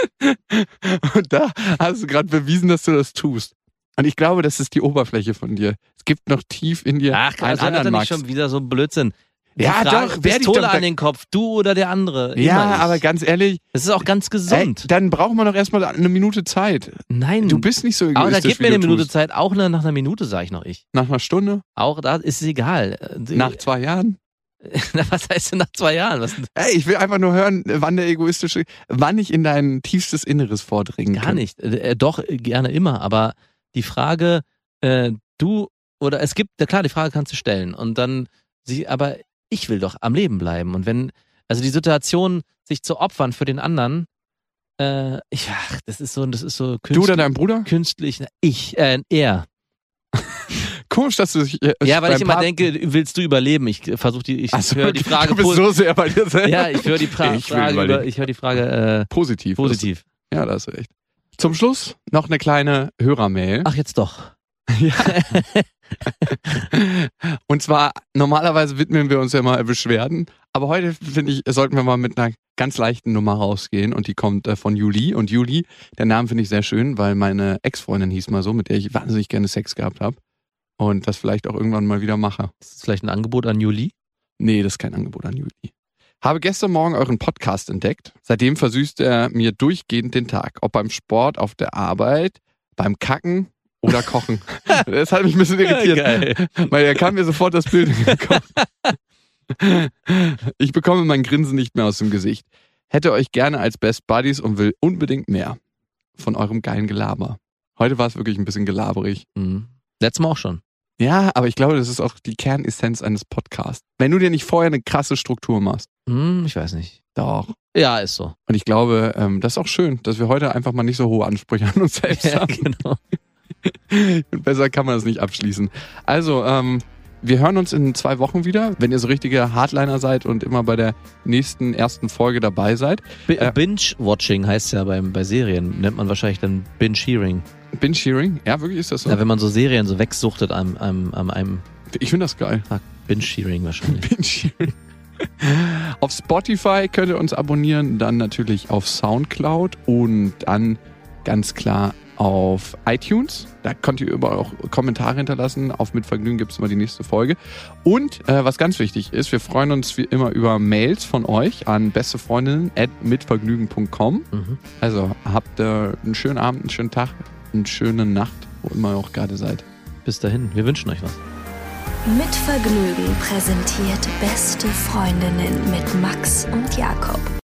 Und da hast du gerade bewiesen, dass du das tust. Und ich glaube, das ist die Oberfläche von dir. Es gibt noch tief in dir Ach, einen also hat er anderen nicht Max. schon wieder so ein Blödsinn. Die Ja, Frage, doch, werde ich Pistole doch- an den Kopf, du oder der andere. Ja, Immer ich. aber ganz ehrlich, Das ist auch ganz ey, gesund. dann braucht man doch erstmal eine Minute Zeit. Nein. Du bist nicht so aber egoistisch, da gib wie mir du eine Minute tust. Zeit, auch nach einer Minute, sage ich noch ich. Nach einer Stunde? Auch da ist es egal. Äh, Nach zwei Jahren? Na, was heißt denn nach zwei Jahren? Was, Ey, ich will einfach nur hören, wann der egoistische, wann ich in dein tiefstes Inneres vordringen gar kann. nicht. Äh, äh, doch, äh, gerne immer. Aber die Frage, äh, du oder es gibt, ja klar, die Frage kannst du stellen. Und dann, sie, aber ich will doch am Leben bleiben. Und wenn, also die Situation, sich zu opfern für den anderen, äh, ich, ach, das ist so, das ist so künstlich. Du oder dein Bruder? Künstlich, na, ich, äh, er. Komisch, dass du dich. Äh, Ja, weil beim ich immer Part- denke, willst du überleben? Ich versuche die, ich Ach so, höre die Frage du bist posi- so sehr bei dir selber. Ja, ich höre die Fra Ich will Frage, überleben. über, ich höre die Frage äh, Positiv. positiv. Das, ja, da hast du recht. Zum Schluss noch eine kleine Hörermail. Ach, jetzt doch. Ja. Und zwar, normalerweise widmen wir uns ja mal Beschwerden, aber heute, finde ich, sollten wir mal mit einer ganz leichten Nummer rausgehen und die kommt äh, von Juli. Und Juli, der Name finde ich sehr schön, weil meine Ex-Freundin hieß mal so, mit der ich wahnsinnig gerne Sex gehabt habe und das vielleicht auch irgendwann mal wieder mache. Ist das vielleicht ein Angebot an Juli? Nee, das ist kein Angebot an Juli. Habe gestern Morgen euren Podcast entdeckt. Seitdem versüßt er mir durchgehend den Tag. Ob beim Sport, auf der Arbeit, beim Kacken oder Kochen. Das hat mich ein bisschen irritiert. Geil. Weil er kam mir sofort das Bild in den Kopf. Ich bekomme mein Grinsen nicht mehr aus dem Gesicht. Hätte euch gerne als Best Buddies und will unbedingt mehr von eurem geilen Gelaber. Heute war es wirklich ein bisschen gelaberig. Mhm. Letztes Mal auch schon. Ja, aber ich glaube, das ist auch die Kernessenz eines Podcasts. Wenn du dir nicht vorher eine krasse Struktur machst. Hm, ich weiß nicht. Doch. Ja, ist so. Und ich glaube, ähm, das ist auch schön, dass wir heute einfach mal nicht so hohe Ansprüche an uns selbst Ja, haben. genau. Und besser kann man das nicht abschließen. Also, ähm, wir hören uns in zwei Wochen wieder, wenn ihr so richtige Hardliner seid und immer bei der nächsten ersten Folge dabei seid. B Äh, Binge-Watching heißt ja beim, bei Serien, nennt man wahrscheinlich dann Binge-Hearing. Binge-Hearing? Ja, wirklich ist das so? Ja, wenn man so Serien so wegsuchtet an, an, an einem Ich finde das geil. Tag. Binge-Hearing wahrscheinlich. Binge-Hearing. Auf Spotify könnt ihr uns abonnieren, dann natürlich auf Soundcloud und dann ganz klar auf iTunes. Da könnt ihr überall auch Kommentare hinterlassen. Auf Mitvergnügen gibt es immer die nächste Folge. Und äh, was ganz wichtig ist, wir freuen uns wie immer über Mails von euch an bestefreundinnen at mitvergnügen punkt com. Mhm. Also habt äh, einen schönen Abend, einen schönen Tag, eine schöne Nacht, wo immer ihr auch gerade seid. Bis dahin, wir wünschen euch was. Mit Vergnügen präsentiert Beste Freundinnen mit Max und Jakob.